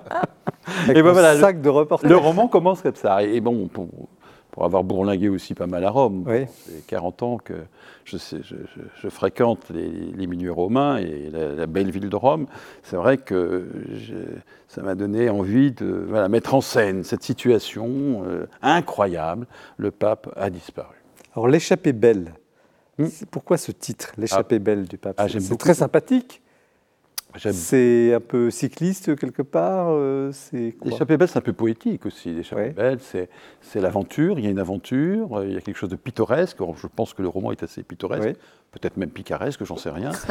Et sac de reportage. Le roman commence comme ça. Et bon, pour avoir bourlingué aussi pas mal à Rome, oui. C'est 40 ans que je fréquente les milieux romains et la belle ville de Rome. C'est vrai que ça m'a donné envie de mettre en scène cette situation incroyable. Le pape a disparu. Alors, l'échappée belle. Pourquoi ce titre, L'échappée belle du pape? C'est très sympathique. C'est un peu cycliste quelque part. L'échappée belle, c'est un peu poétique aussi. L'échappée belle, c'est l'aventure. Il y a une aventure, il y a quelque chose de pittoresque. Alors, je pense que le roman est assez pittoresque, peut-être même picaresque, j'en sais rien.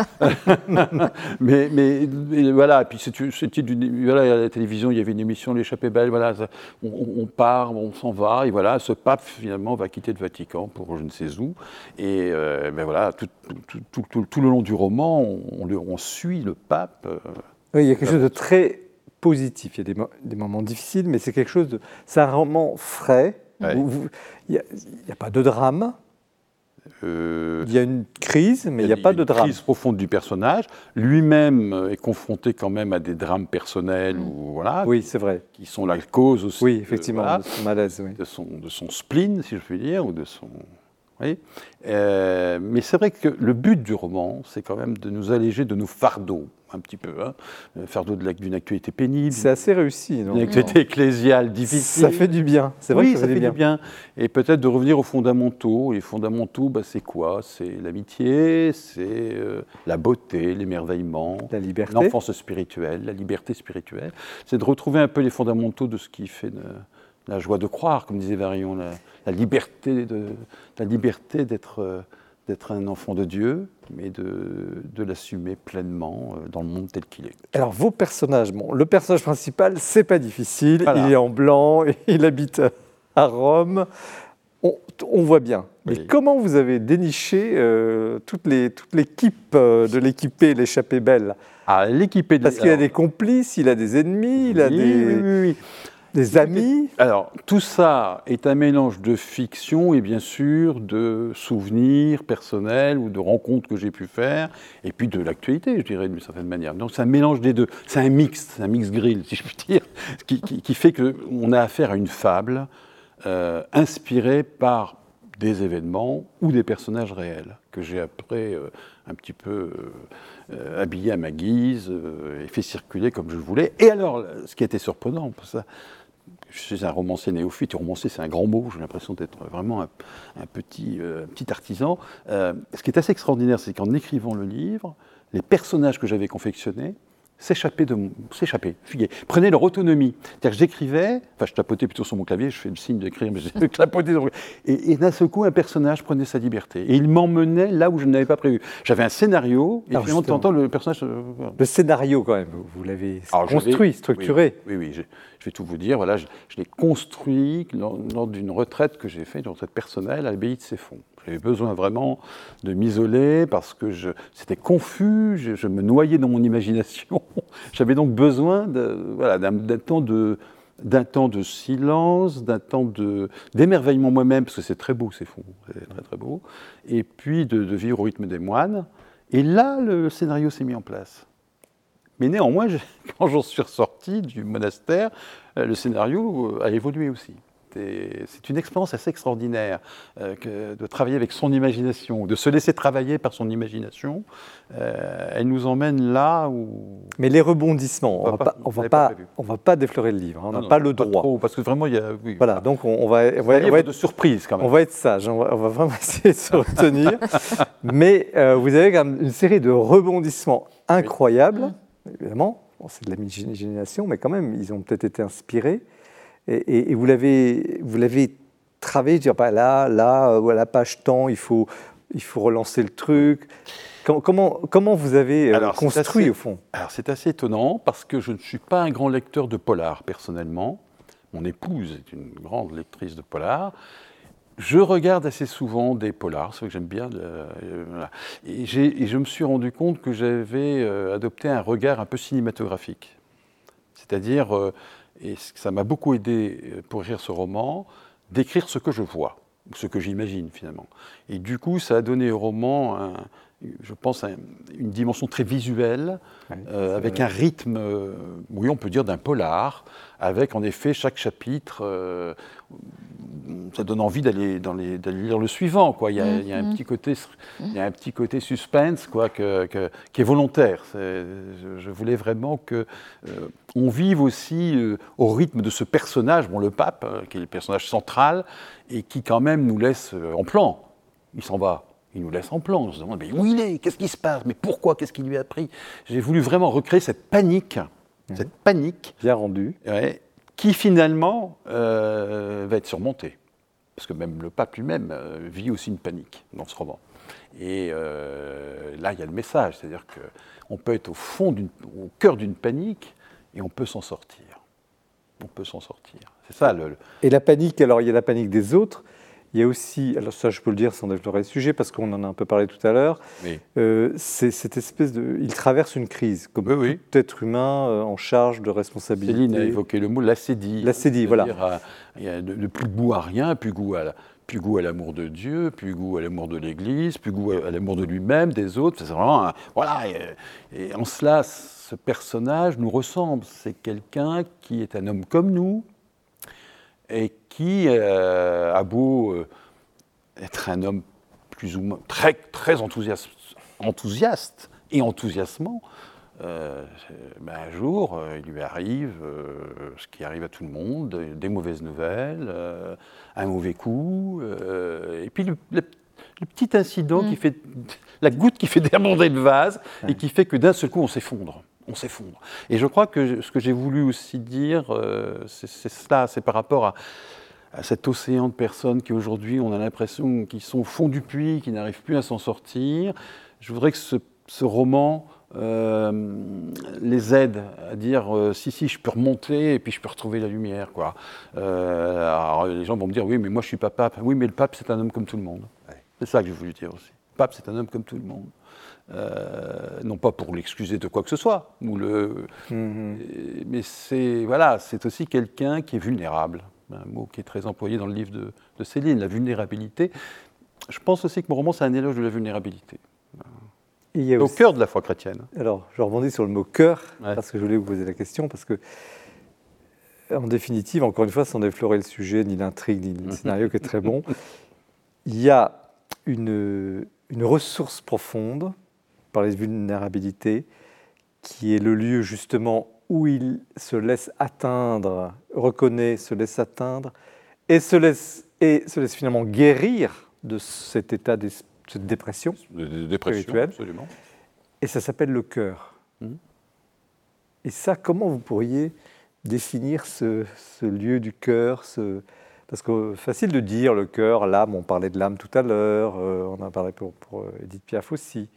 mais voilà. Puis à la télévision, il y avait une émission, L'échappée belle. Voilà, on part, on s'en va, et voilà, ce pape finalement va quitter le Vatican pour je ne sais où. Et tout le long du roman, on suit le pape. Oui, il y a quelque chose de très positif. Il y a des moments difficiles, mais c'est quelque chose de... C'est un roman frais. Il n'y a pas de drame. Il y a une crise, mais il n'y a pas de drame. Une crise profonde du personnage. Lui-même est confronté quand même à des drames personnels, oui, c'est vrai, qui sont la cause aussi. Oui, effectivement, de son malaise, oui. de son spleen, si je puis dire, ou de son... Oui. Mais c'est vrai que le but du roman, c'est quand même de nous alléger de nos fardeaux, un petit peu. Fardeau d'une actualité pénible. C'est assez réussi, non? Une actualité ecclésiale difficile. Ça fait du bien, c'est vrai que ça fait du bien. Et peut-être de revenir aux fondamentaux. Les fondamentaux, c'est quoi? C'est l'amitié, c'est la beauté, l'émerveillement, la liberté, l'enfance spirituelle, la liberté spirituelle. C'est de retrouver un peu les fondamentaux de ce qui fait la joie de croire, comme disait Varion, la liberté d'être d'être un enfant de Dieu, mais de l'assumer pleinement dans le monde tel qu'il est. Alors, vos personnages, bon, le personnage principal, c'est pas difficile, Voilà. il est en blanc, il habite à Rome, on voit bien. Mais Oui. comment vous avez déniché toute l'équipe de l'équipée, l'échappée belle? Ah, l'équipé de... Parce qu'il a des complices, il a des ennemis, il a oui. des amis. Alors, tout ça est un mélange de fiction et bien sûr de souvenirs personnels ou de rencontres que j'ai pu faire, et puis de l'actualité, je dirais, d'une certaine manière. Donc, c'est un mélange des deux. C'est un mix grill, si je puis dire, qui fait qu'on a affaire à une fable inspirée par des événements ou des personnages réels que j'ai après un petit peu habillé à ma guise et fait circuler comme je le voulais. Et alors, ce qui était surprenant, ça, je suis un romancier néophyte, et romancier c'est un grand mot, j'ai l'impression d'être vraiment un petit artisan. Ce qui est assez extraordinaire, c'est qu'en écrivant le livre, les personnages que j'avais confectionnés s'échappaient, fuyaient, prenaient leur autonomie. C'est-à-dire que j'écrivais, enfin je tapotais plutôt sur mon clavier, je fais le signe d'écrire, mais je tapotais sur mon clavier. Et d'un seul coup, un personnage prenait sa liberté. Et il m'emmenait là où je n'avais pas prévu. J'avais un scénario, et finalement, de temps en temps, le personnage... Le scénario, quand même, vous l'avez construit, structuré. Oui, je vais tout vous dire. Voilà, je l'ai construit lors d'une retraite que j'ai faite, une retraite personnelle à l'abbaye de Ceffonds. J'avais besoin vraiment de m'isoler parce que c'était confus, je me noyais dans mon imagination. J'avais donc besoin d'un temps de silence, d'un temps d'émerveillement moi-même, parce que c'est très beau, Ceffonds, c'est très très beau, et puis de vivre au rythme des moines. Et là, le scénario s'est mis en place. Mais néanmoins, quand j'en suis ressorti du monastère, le scénario a évolué aussi. C'est une expérience assez extraordinaire de travailler avec son imagination, de se laisser travailler par son imagination. Elle nous emmène là où... Mais les rebondissements, on va pas déflorer le livre, on n'a pas le droit. Pas trop, parce que vraiment, il y a... Oui, voilà, donc on va être de surprise quand même. On va être sage, on va vraiment essayer de se retenir. Mais vous avez quand même une série de rebondissements incroyables, évidemment. Bon, c'est de l'imagination, mais quand même, ils ont peut-être été inspirés. Et vous l'avez travaillé, dire bah là, à la page temps, il faut relancer le truc. Comment vous avez construit au fond? Alors c'est assez étonnant parce que je ne suis pas un grand lecteur de polar personnellement. Mon épouse est une grande lectrice de polar. Je regarde assez souvent des polars, c'est vrai que j'aime bien. Voilà. Et je me suis rendu compte que j'avais adopté un regard un peu cinématographique. C'est-à-dire... et ça m'a beaucoup aidé pour écrire ce roman, d'écrire ce que je vois, ce que j'imagine finalement. Et du coup, ça a donné au roman, je pense, une dimension très visuelle, avec un rythme, oui, on peut dire d'un polar, avec en effet chaque chapitre, ça donne envie d'aller lire le suivant, quoi. Il y a un petit côté suspense, quoi, qui est volontaire. Je voulais vraiment que on vive aussi au rythme de ce personnage, le pape, qui est le personnage central, et qui quand même nous laisse en plan. Il s'en va. Il nous laisse en plan. On se demande, mais où il est? Qu'est-ce qui se passe? Mais pourquoi? Qu'est-ce qui lui a pris? J'ai voulu vraiment recréer cette panique. Bien rendue. Qui finalement va être surmontée. Parce que même le pape lui-même vit aussi une panique dans ce roman. Et là, il y a le message. C'est-à-dire qu'on peut être au cœur d'une panique et on peut s'en sortir. C'est ça Et la panique, alors il y a la panique des autres. Il y a aussi, alors ça je peux le dire sans développer le sujet parce qu'on en a un peu parlé tout à l'heure, c'est cette espèce de... Il traverse une crise, comme tout être humain en charge de responsabilité. Céline a évoqué le mot l'acédie. L'acédie, voilà. Il y a de plus goût à rien, plus goût à l'amour de Dieu, plus goût à l'amour de l'Église, plus goût à l'amour de lui-même, des autres. C'est vraiment... voilà. Et en cela, ce personnage nous ressemble. C'est quelqu'un qui est un homme comme nous, et qui a beau être un homme plus ou moins très, très enthousiaste et enthousiasmant, un jour, il lui arrive ce qui arrive à tout le monde, des mauvaises nouvelles, un mauvais coup, et puis le petit incident qui fait, la goutte qui fait déborder le vase, et qui fait que d'un seul coup, on s'effondre. Et je crois que ce que j'ai voulu aussi dire, c'est cela, c'est par rapport à cet océan de personnes qui aujourd'hui, on a l'impression qu'ils sont au fond du puits, qui n'arrivent plus à s'en sortir. Je voudrais que ce roman les aide à dire si, je peux remonter et puis je peux retrouver la lumière, quoi. Alors les gens vont me dire oui, mais moi je suis pas pape. Oui, mais le pape c'est un homme comme tout le monde. Ouais. C'est ça que j'ai voulu dire aussi. Le pape c'est un homme comme tout le monde. Non pas pour l'excuser de quoi que ce soit, mais c'est aussi quelqu'un qui est vulnérable. Un mot qui est très employé dans le livre de Céline, la vulnérabilité. Je pense aussi que mon roman c'est un éloge de la vulnérabilité. Au cœur de la foi chrétienne. Alors, je rebondis sur le mot cœur, parce que je voulais vous poser la question, parce que, en définitive, encore une fois, sans déflorer le sujet, ni l'intrigue, ni le scénario qui est très bon, il y a une ressource profonde, par les vulnérabilités, qui est le lieu justement où il se laisse atteindre, reconnaît, se laisse atteindre, et se laisse finalement guérir de cet état d'esprit, cette dépression spirituelle. Absolument. Et ça s'appelle le cœur. Et ça, comment vous pourriez définir ce lieu du cœur, parce que facile de dire le cœur, l'âme, on parlait de l'âme tout à l'heure, on en parlait pour Édith Piaf aussi.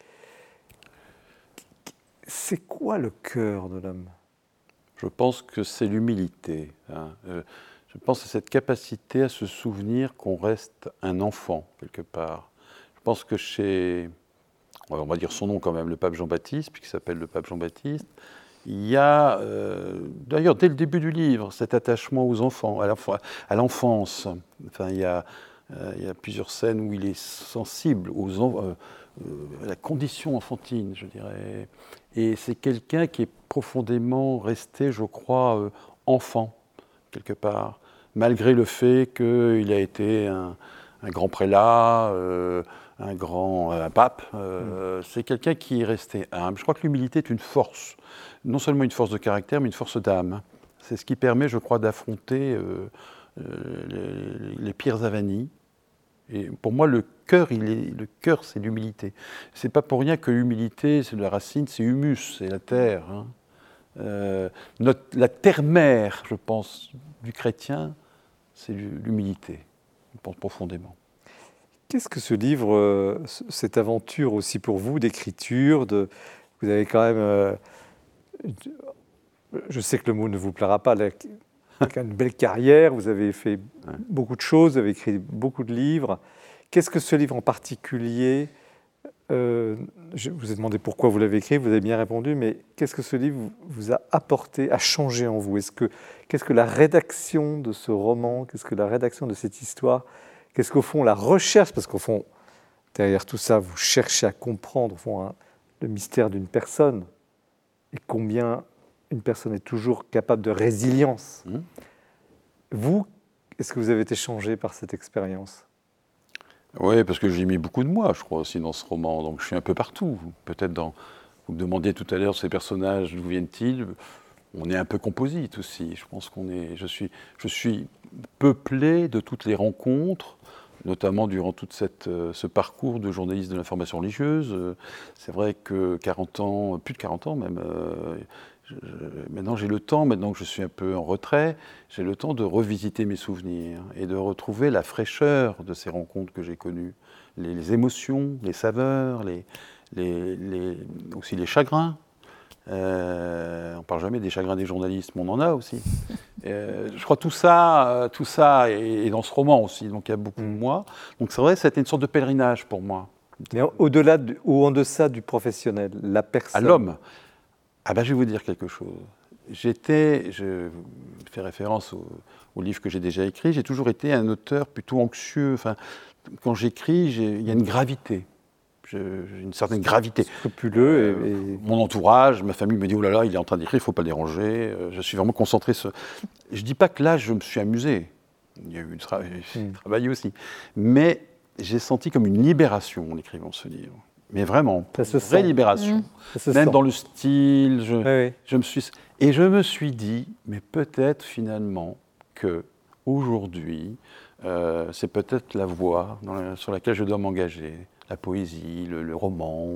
C'est quoi le cœur de l'homme ? Je pense que c'est l'humilité. Je pense que c'est cette capacité à se souvenir qu'on reste un enfant, quelque part. Je pense que on va dire son nom quand même, le pape Jean-Baptiste, puisqu'il s'appelle le pape Jean-Baptiste, il y a, d'ailleurs dès le début du livre, cet attachement aux enfants, à l'enfance. Enfin, il y a plusieurs scènes où il est sensible à la condition enfantine, je dirais. Et c'est quelqu'un qui est profondément resté, je crois, enfant, quelque part, malgré le fait qu'il a été un grand prélat, un pape, c'est quelqu'un qui est resté humble. Je crois que l'humilité est une force, non seulement une force de caractère, mais une force d'âme. C'est ce qui permet, je crois, d'affronter les pires avanies. Et pour moi, le cœur, c'est l'humilité. C'est pas pour rien que l'humilité, c'est la racine, c'est humus, c'est la terre. La terre-mère, je pense, du chrétien, c'est l'humilité. Je pense profondément. Qu'est-ce que ce livre, cette aventure aussi pour vous d'écriture, vous avez quand même, je sais que le mot ne vous plaira pas, une belle carrière, vous avez fait beaucoup de choses, vous avez écrit beaucoup de livres. Qu'est-ce que ce livre en particulier, je vous ai demandé pourquoi vous l'avez écrit, vous avez bien répondu, mais qu'est-ce que ce livre vous a apporté, a changé en vous ? Qu'est-ce que la rédaction de ce roman, qu'est-ce que la rédaction de cette histoire, qu'est-ce qu'au fond la recherche, parce qu'au fond, derrière tout ça, vous cherchez à comprendre au fond, le mystère d'une personne et combien une personne est toujours capable de résilience. Vous, est-ce que vous avez été changé par cette expérience ? Oui, parce que j'ai mis beaucoup de moi, je crois, aussi dans ce roman. Donc je suis un peu partout. Peut-être vous me demandiez tout à l'heure, ces personnages, d'où viennent-ils ? On est un peu composite aussi. Je pense je suis peuplé de toutes les rencontres, notamment durant tout ce parcours de journaliste de l'information religieuse. C'est vrai que 40 ans, plus de 40 ans même, maintenant j'ai le temps, maintenant que je suis un peu en retrait, j'ai le temps de revisiter mes souvenirs et de retrouver la fraîcheur de ces rencontres que j'ai connues, les émotions, les saveurs, aussi les chagrins. On ne parle jamais des chagrins des journalistes, mais on en a aussi. Je crois que tout ça est dans ce roman aussi, donc il y a beaucoup de moi. Donc c'est vrai, c'était une sorte de pèlerinage pour moi. Mais au-delà ou en deçà du professionnel, la personne. À l'homme. Je vais vous dire quelque chose. Je fais référence au livre que j'ai déjà écrit, j'ai toujours été un auteur plutôt anxieux. Enfin, quand j'écris, il y a une gravité. J'ai une certaine gravité. Scrupuleux. Mon entourage, ma famille me dit « Oh là là, il est en train d'écrire, il ne faut pas le déranger ». Je suis vraiment concentré. Je ne dis pas que là, je me suis amusé. Il y a eu du travail aussi. Mais j'ai senti comme une libération en écrivant ce livre. Mais vraiment, une vraie libération. Même dans le style, je me suis dit, mais peut-être finalement que aujourd'hui, c'est peut-être la voie sur laquelle je dois m'engager. La poésie, le roman,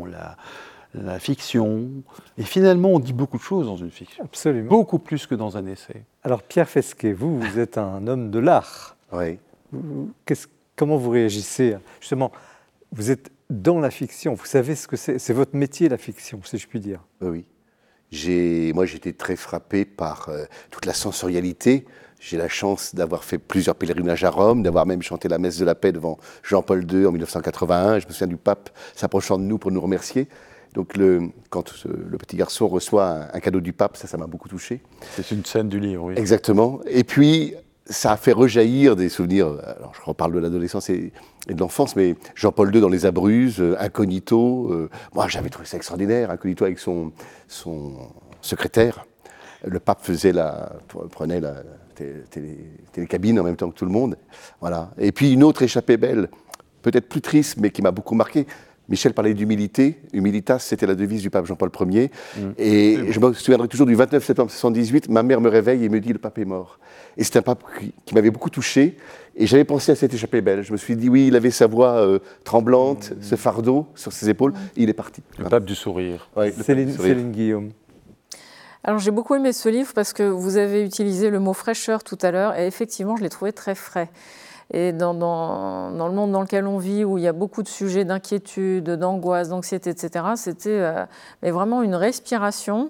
la fiction. Et finalement, on dit beaucoup de choses dans une fiction. Absolument. Beaucoup plus que dans un essai. Alors Pierre Fesquet, vous êtes un homme de l'art. Oui. Comment vous réagissez? Justement, vous êtes dans la fiction, vous savez ce que c'est votre métier, la fiction, si je puis dire. Oui. Moi, j'ai été très frappé par toute la sensorialité. J'ai la chance d'avoir fait plusieurs pèlerinages à Rome, d'avoir même chanté la messe de la paix devant Jean-Paul II en 1981. Je me souviens du pape s'approchant de nous pour nous remercier. Donc, quand le petit garçon reçoit un cadeau du pape, ça m'a beaucoup touché. C'est une scène du livre, oui. Exactement. Et puis, ça a fait rejaillir des souvenirs. Alors, je reparle de l'adolescence et de l'enfance, mais Jean-Paul II dans Les Abruzzes, Incognito. Moi, j'avais trouvé ça extraordinaire. Incognito avec son secrétaire. Le pape prenait la télécabine en même temps que tout le monde. Voilà. Et puis, une autre échappée belle, peut-être plus triste, mais qui m'a beaucoup marqué. Michel parlait d'humilité. Humilitas, c'était la devise du pape Jean-Paul Ier. Et je me souviendrai toujours du 29 septembre 1978, ma mère me réveille et me dit « le pape est mort ». Et c'est un pape qui m'avait beaucoup touché. Et j'avais pensé à cette échappée belle. Je me suis dit, oui, il avait sa voix tremblante, ce fardeau sur ses épaules, et il est parti. Le pape du sourire. Ouais, Céline Guillaume. Alors j'ai beaucoup aimé ce livre parce que vous avez utilisé le mot fraîcheur tout à l'heure, et effectivement, je l'ai trouvé très frais. Et dans le monde dans lequel on vit, où il y a beaucoup de sujets d'inquiétude, d'angoisse, d'anxiété, etc., c'était mais vraiment une respiration.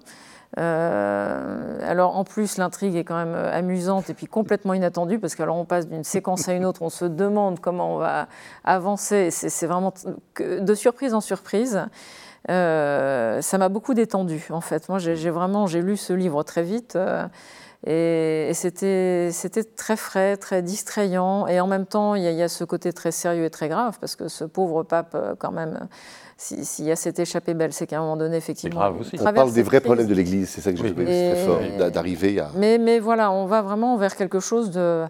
Alors en plus, l'intrigue est quand même amusante et puis complètement inattendue, parce qu'alors on passe d'une séquence à une autre, on se demande comment on va avancer, c'est vraiment de surprise en surprise. Ça m'a beaucoup détendue, en fait. Moi, j'ai lu ce livre très vite. Et c'était très frais, très distrayant. Et en même temps, il y a ce côté très sérieux et très grave, parce que ce pauvre pape, quand même, s'il y a cette échappée belle, c'est qu'à un moment donné, effectivement... C'est grave aussi. On parle des vrais problèmes de l'Église, c'est ça que j'ai trouvé très fort, d'arriver à... Mais voilà, on va vraiment vers quelque chose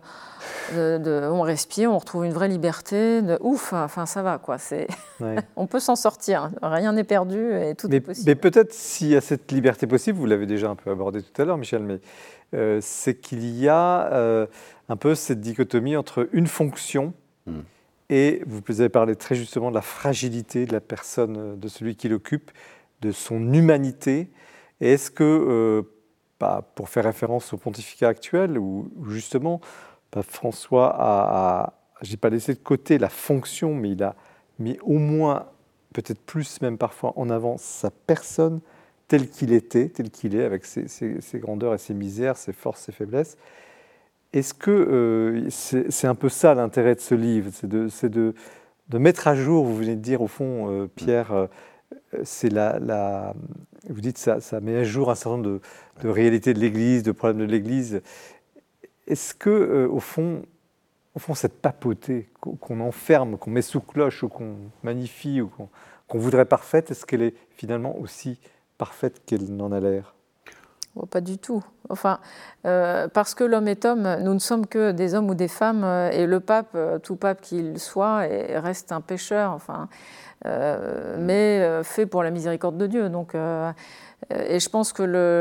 on respire, on retrouve une vraie liberté, ouf, enfin ça va, quoi. Ouais. On peut s'en sortir, rien n'est perdu et tout est possible. Mais peut-être s'il y a cette liberté possible, vous l'avez déjà un peu abordé tout à l'heure, Michel, mais c'est qu'il y a un peu cette dichotomie entre une fonction et vous avez parlé très justement de la fragilité de la personne, de celui qui l'occupe, de son humanité. Et est-ce que, pour faire référence au pontificat actuel, où justement Pape François j'ai pas laissé de côté la fonction, mais il a mis au moins, peut-être plus même parfois, en avant sa personne tel qu'il était, tel qu'il est, avec ses grandeurs et ses misères, ses forces, ses faiblesses. Est-ce que c'est un peu ça l'intérêt de ce livre, c'est de mettre à jour, vous venez de dire au fond, Pierre, c'est vous dites ça met à jour un certain nombre de réalités de l'Église, de problèmes de l'Église. Est-ce que, au fond, cette papauté qu'on enferme, qu'on met sous cloche ou qu'on magnifie ou qu'on voudrait parfaite, est-ce qu'elle est finalement aussi parfaite qu'elle n'en a l'air? Oh, pas du tout. Enfin, parce que l'homme est homme, nous ne sommes que des hommes ou des femmes, et le pape, tout pape qu'il soit, reste un pécheur, enfin, mais fait pour la miséricorde de Dieu. Donc, et je pense que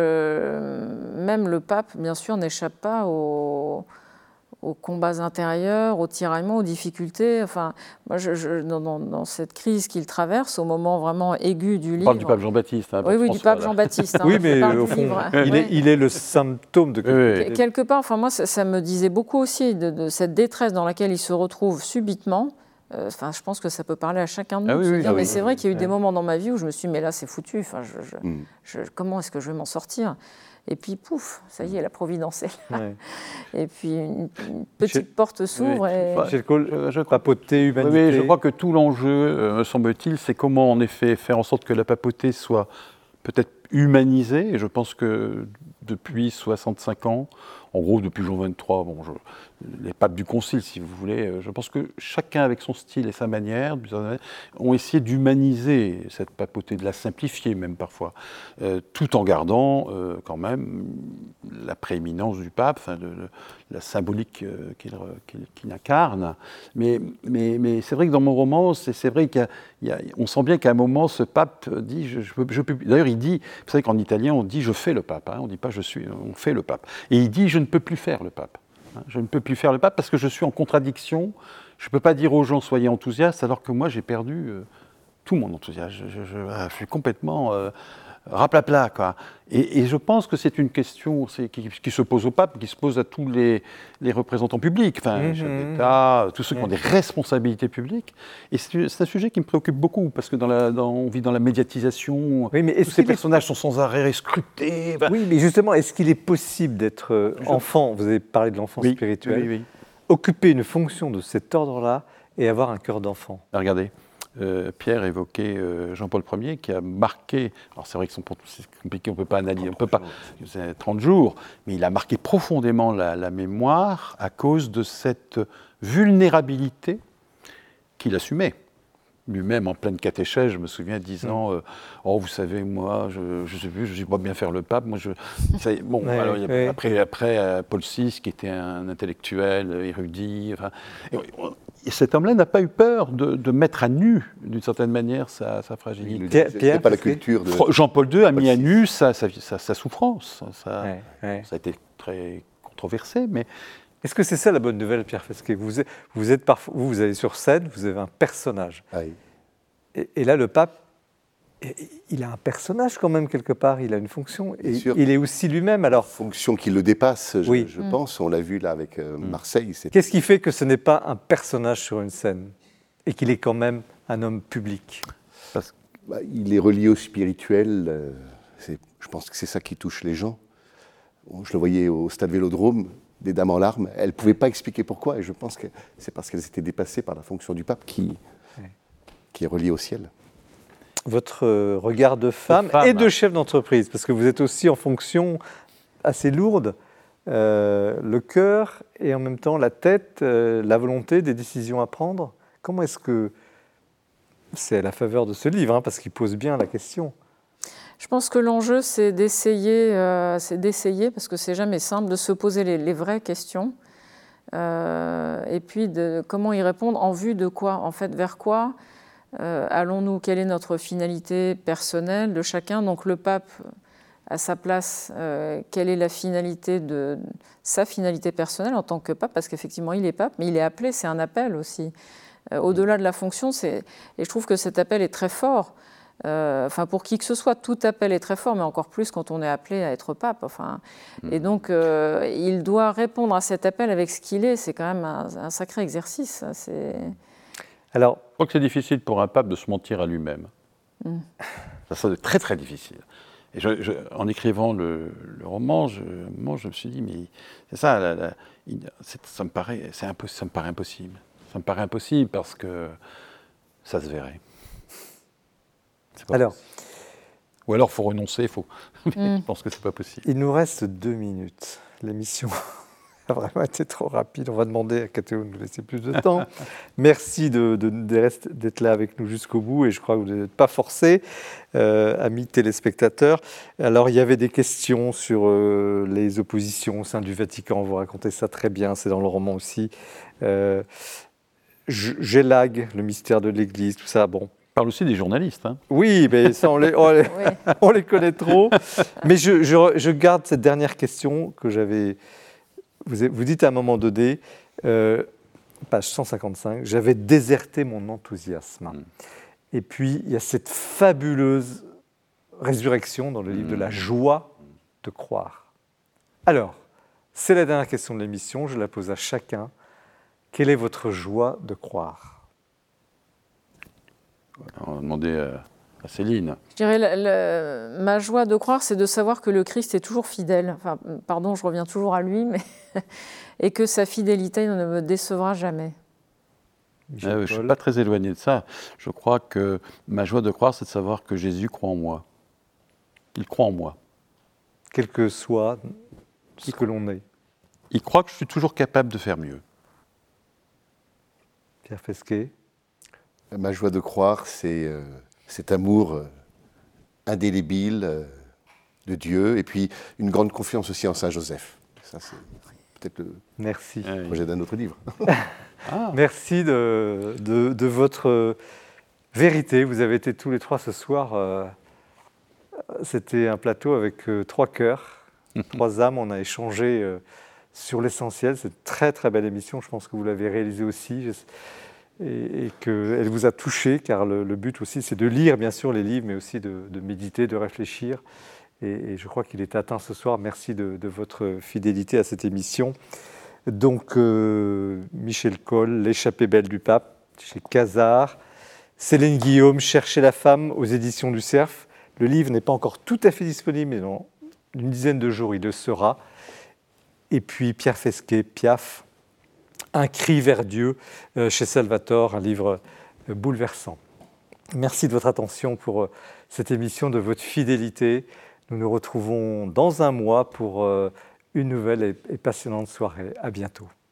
même le pape, bien sûr, n'échappe pas aux combats intérieurs, aux tiraillements, aux difficultés. Enfin, moi, dans cette crise qu'il traverse, au moment vraiment aigu du livre... On parle du pape Jean-Baptiste. Hein, oui, du pape Jean-Baptiste. Oui, mais au fond, il est le symptôme de quelque chose. Quelque part, enfin, moi, ça me disait beaucoup aussi de cette détresse dans laquelle il se retrouve subitement. Enfin, je pense que ça peut parler à chacun de nous. Mais c'est vrai qu'il y a eu des moments dans ma vie où je me suis dit, mais là, c'est foutu. Enfin, comment est-ce que je vais m'en sortir? Et puis, pouf, ça y est, la Providence est là. Ouais. Et puis, une petite porte s'ouvre. Michel Cole, papauté, humanité. Oui, je crois que tout l'enjeu, me semble-t-il, c'est comment, en effet, faire en sorte que la papauté soit peut-être humanisée. Et je pense que depuis 65 ans, en gros, depuis Jean XXIII, les papes du Concile, si vous voulez, je pense que chacun, avec son style et sa manière, ont essayé d'humaniser cette papauté, de la simplifier même parfois, tout en gardant quand même la prééminence du pape, de la symbolique qu'il incarne. Mais c'est vrai que dans mon roman, c'est vrai qu'on sent bien qu'à un moment, ce pape dit, je peux. D'ailleurs, il dit, vous savez qu'en italien, on dit « je fais le pape hein, », on ne dit pas « je suis », on fait le pape. Et il dit « je ne peux plus faire le pape ». Je ne peux plus faire le pape parce que je suis en contradiction. Je ne peux pas dire aux gens « soyez enthousiastes » alors que moi, j'ai perdu tout mon enthousiasme. Je suis complètement raplapla, quoi. Et je pense que c'est une question qui se pose au pape, qui se pose à tous les représentants publics, enfin, les chefs d'État, tous ceux qui ont des responsabilités publiques. Et c'est un sujet qui me préoccupe beaucoup, parce que on vit dans la médiatisation, oui, mais tous ces personnages sont sans arrêt scrutés. Oui, mais justement, est-ce qu'il est possible d'être enfant, vous avez parlé de l'enfant spirituel, occuper une fonction de cet ordre-là et avoir un cœur d'enfant? Regardez. Pierre évoquait Jean-Paul Ier qui a marqué, alors c'est vrai que c'est compliqué, on ne peut pas analyser, c'est 30 jours, mais il a marqué profondément la mémoire à cause de cette vulnérabilité qu'il assumait. Lui-même, en pleine catéchèse, je me souviens disant oh, vous savez, moi, je sais plus, je ne sais pas bien faire le pape. Moi, bon, ouais, alors, après Paul VI, qui était un intellectuel, érudit. Enfin, et cet homme-là n'a pas eu peur de mettre à nu, d'une certaine manière, sa fragilité. Pierre, pas la culture de... Jean-Paul II a mis à nu sa souffrance. Ça a été très controversé, mais... Est-ce que c'est ça la bonne nouvelle, Pierre Fesquet? Vous allez sur scène, vous avez un personnage. Oui. Et là, le pape, il a un personnage quand même quelque part, il a une fonction. Et il est aussi lui-même. Alors, fonction qui le dépasse, je pense. On l'a vu là avec Marseille. Qu'est-ce qui fait que ce n'est pas un personnage sur une scène et qu'il est quand même un homme public? Il est relié au spirituel. Je pense que c'est ça qui touche les gens. Je le voyais au stade Vélodrome, des dames en larmes. Elles ne pouvaient pas expliquer pourquoi. Et je pense que c'est parce qu'elles étaient dépassées par la fonction du pape qui est reliée au ciel. Votre regard de femme et de chef d'entreprise, parce que vous êtes aussi en fonction assez lourde, le cœur et en même temps la tête, la volonté, des décisions à prendre. Comment est-ce que c'est à la faveur de ce livre, parce qu'il pose bien la question? Je pense que l'enjeu, c'est d'essayer, parce que c'est jamais simple, de se poser les vraies questions, et puis de comment y répondre, en vue de quoi, en fait, vers quoi allons-nous, quelle est notre finalité personnelle de chacun. Donc le pape, à sa place, quelle est la finalité de sa finalité personnelle en tant que pape, parce qu'effectivement il est pape, mais il est appelé, c'est un appel aussi. Au-delà de la fonction, et je trouve que cet appel est très fort. Pour qui que ce soit, tout appel est très fort, mais encore plus quand on est appelé à être pape. Et donc, il doit répondre à cet appel avec ce qu'il est. C'est quand même un sacré exercice. Alors, je crois que c'est difficile pour un pape de se mentir à lui-même. Ça c'est très très difficile. Et en écrivant le roman, je me suis dit, mais c'est ça, ça me paraît impossible. Ça me paraît impossible parce que ça se verrait. Alors, ou alors il faut renoncer, je pense que c'est pas possible. Il nous reste 2 minutes. L'émission a vraiment été trop rapide. On va demander à Cathéo de nous laisser plus de temps. Merci d'être là avec nous jusqu'au bout et je crois que vous n'êtes pas forcés, amis téléspectateurs. Alors, il y avait des questions sur les oppositions au sein du Vatican. Vous racontez ça très bien, c'est dans le roman aussi. Gélag, le mystère de l'Église, tout ça, bon. On parle aussi des journalistes. Oui, mais ça, on les connaît trop. Mais je garde cette dernière question que j'avais... Vous dites à un moment donné, page 155, j'avais déserté mon enthousiasme. Et puis, il y a cette fabuleuse résurrection dans le livre de la joie de croire. Alors, c'est la dernière question de l'émission, je la pose à chacun. Quelle est votre joie de croire ? On va demander à Céline. Je dirais, ma joie de croire, c'est de savoir que le Christ est toujours fidèle. Je reviens toujours à lui, mais et que sa fidélité ne me décevra jamais. Je ne suis pas très éloigné de ça. Je crois que ma joie de croire, c'est de savoir que Jésus croit en moi. Il croit en moi. Quel que soit ce que l'on est. Il croit que je suis toujours capable de faire mieux. Pierre Fesquet. Ma joie de croire, c'est cet amour indélébile de Dieu et puis une grande confiance aussi en Saint Joseph. Ça, c'est peut-être le projet d'un autre livre. Merci de votre vérité. Vous avez été tous les 3 ce soir. C'était un plateau avec 3 cœurs, 3 âmes. On a échangé sur l'essentiel. C'est une très très belle émission. Je pense que vous l'avez réalisée aussi. et qu'elle vous a touché, car le but aussi, c'est de lire, bien sûr, les livres, mais aussi de méditer, de réfléchir. Et je crois qu'il est atteint ce soir. Merci de votre fidélité à cette émission. Donc, Michel Coll, L'échappée belle du pape, chez Cazard. Céline Guillaume, Chercher la femme, aux éditions du Cerf. Le livre n'est pas encore tout à fait disponible, mais dans une dizaine de jours, il le sera. Et puis Pierre Fesquet, Piaf, Un cri vers Dieu, chez Salvatore, un livre bouleversant. Merci de votre attention pour cette émission, de votre fidélité. Nous nous retrouvons dans un mois pour une nouvelle et passionnante soirée. À bientôt.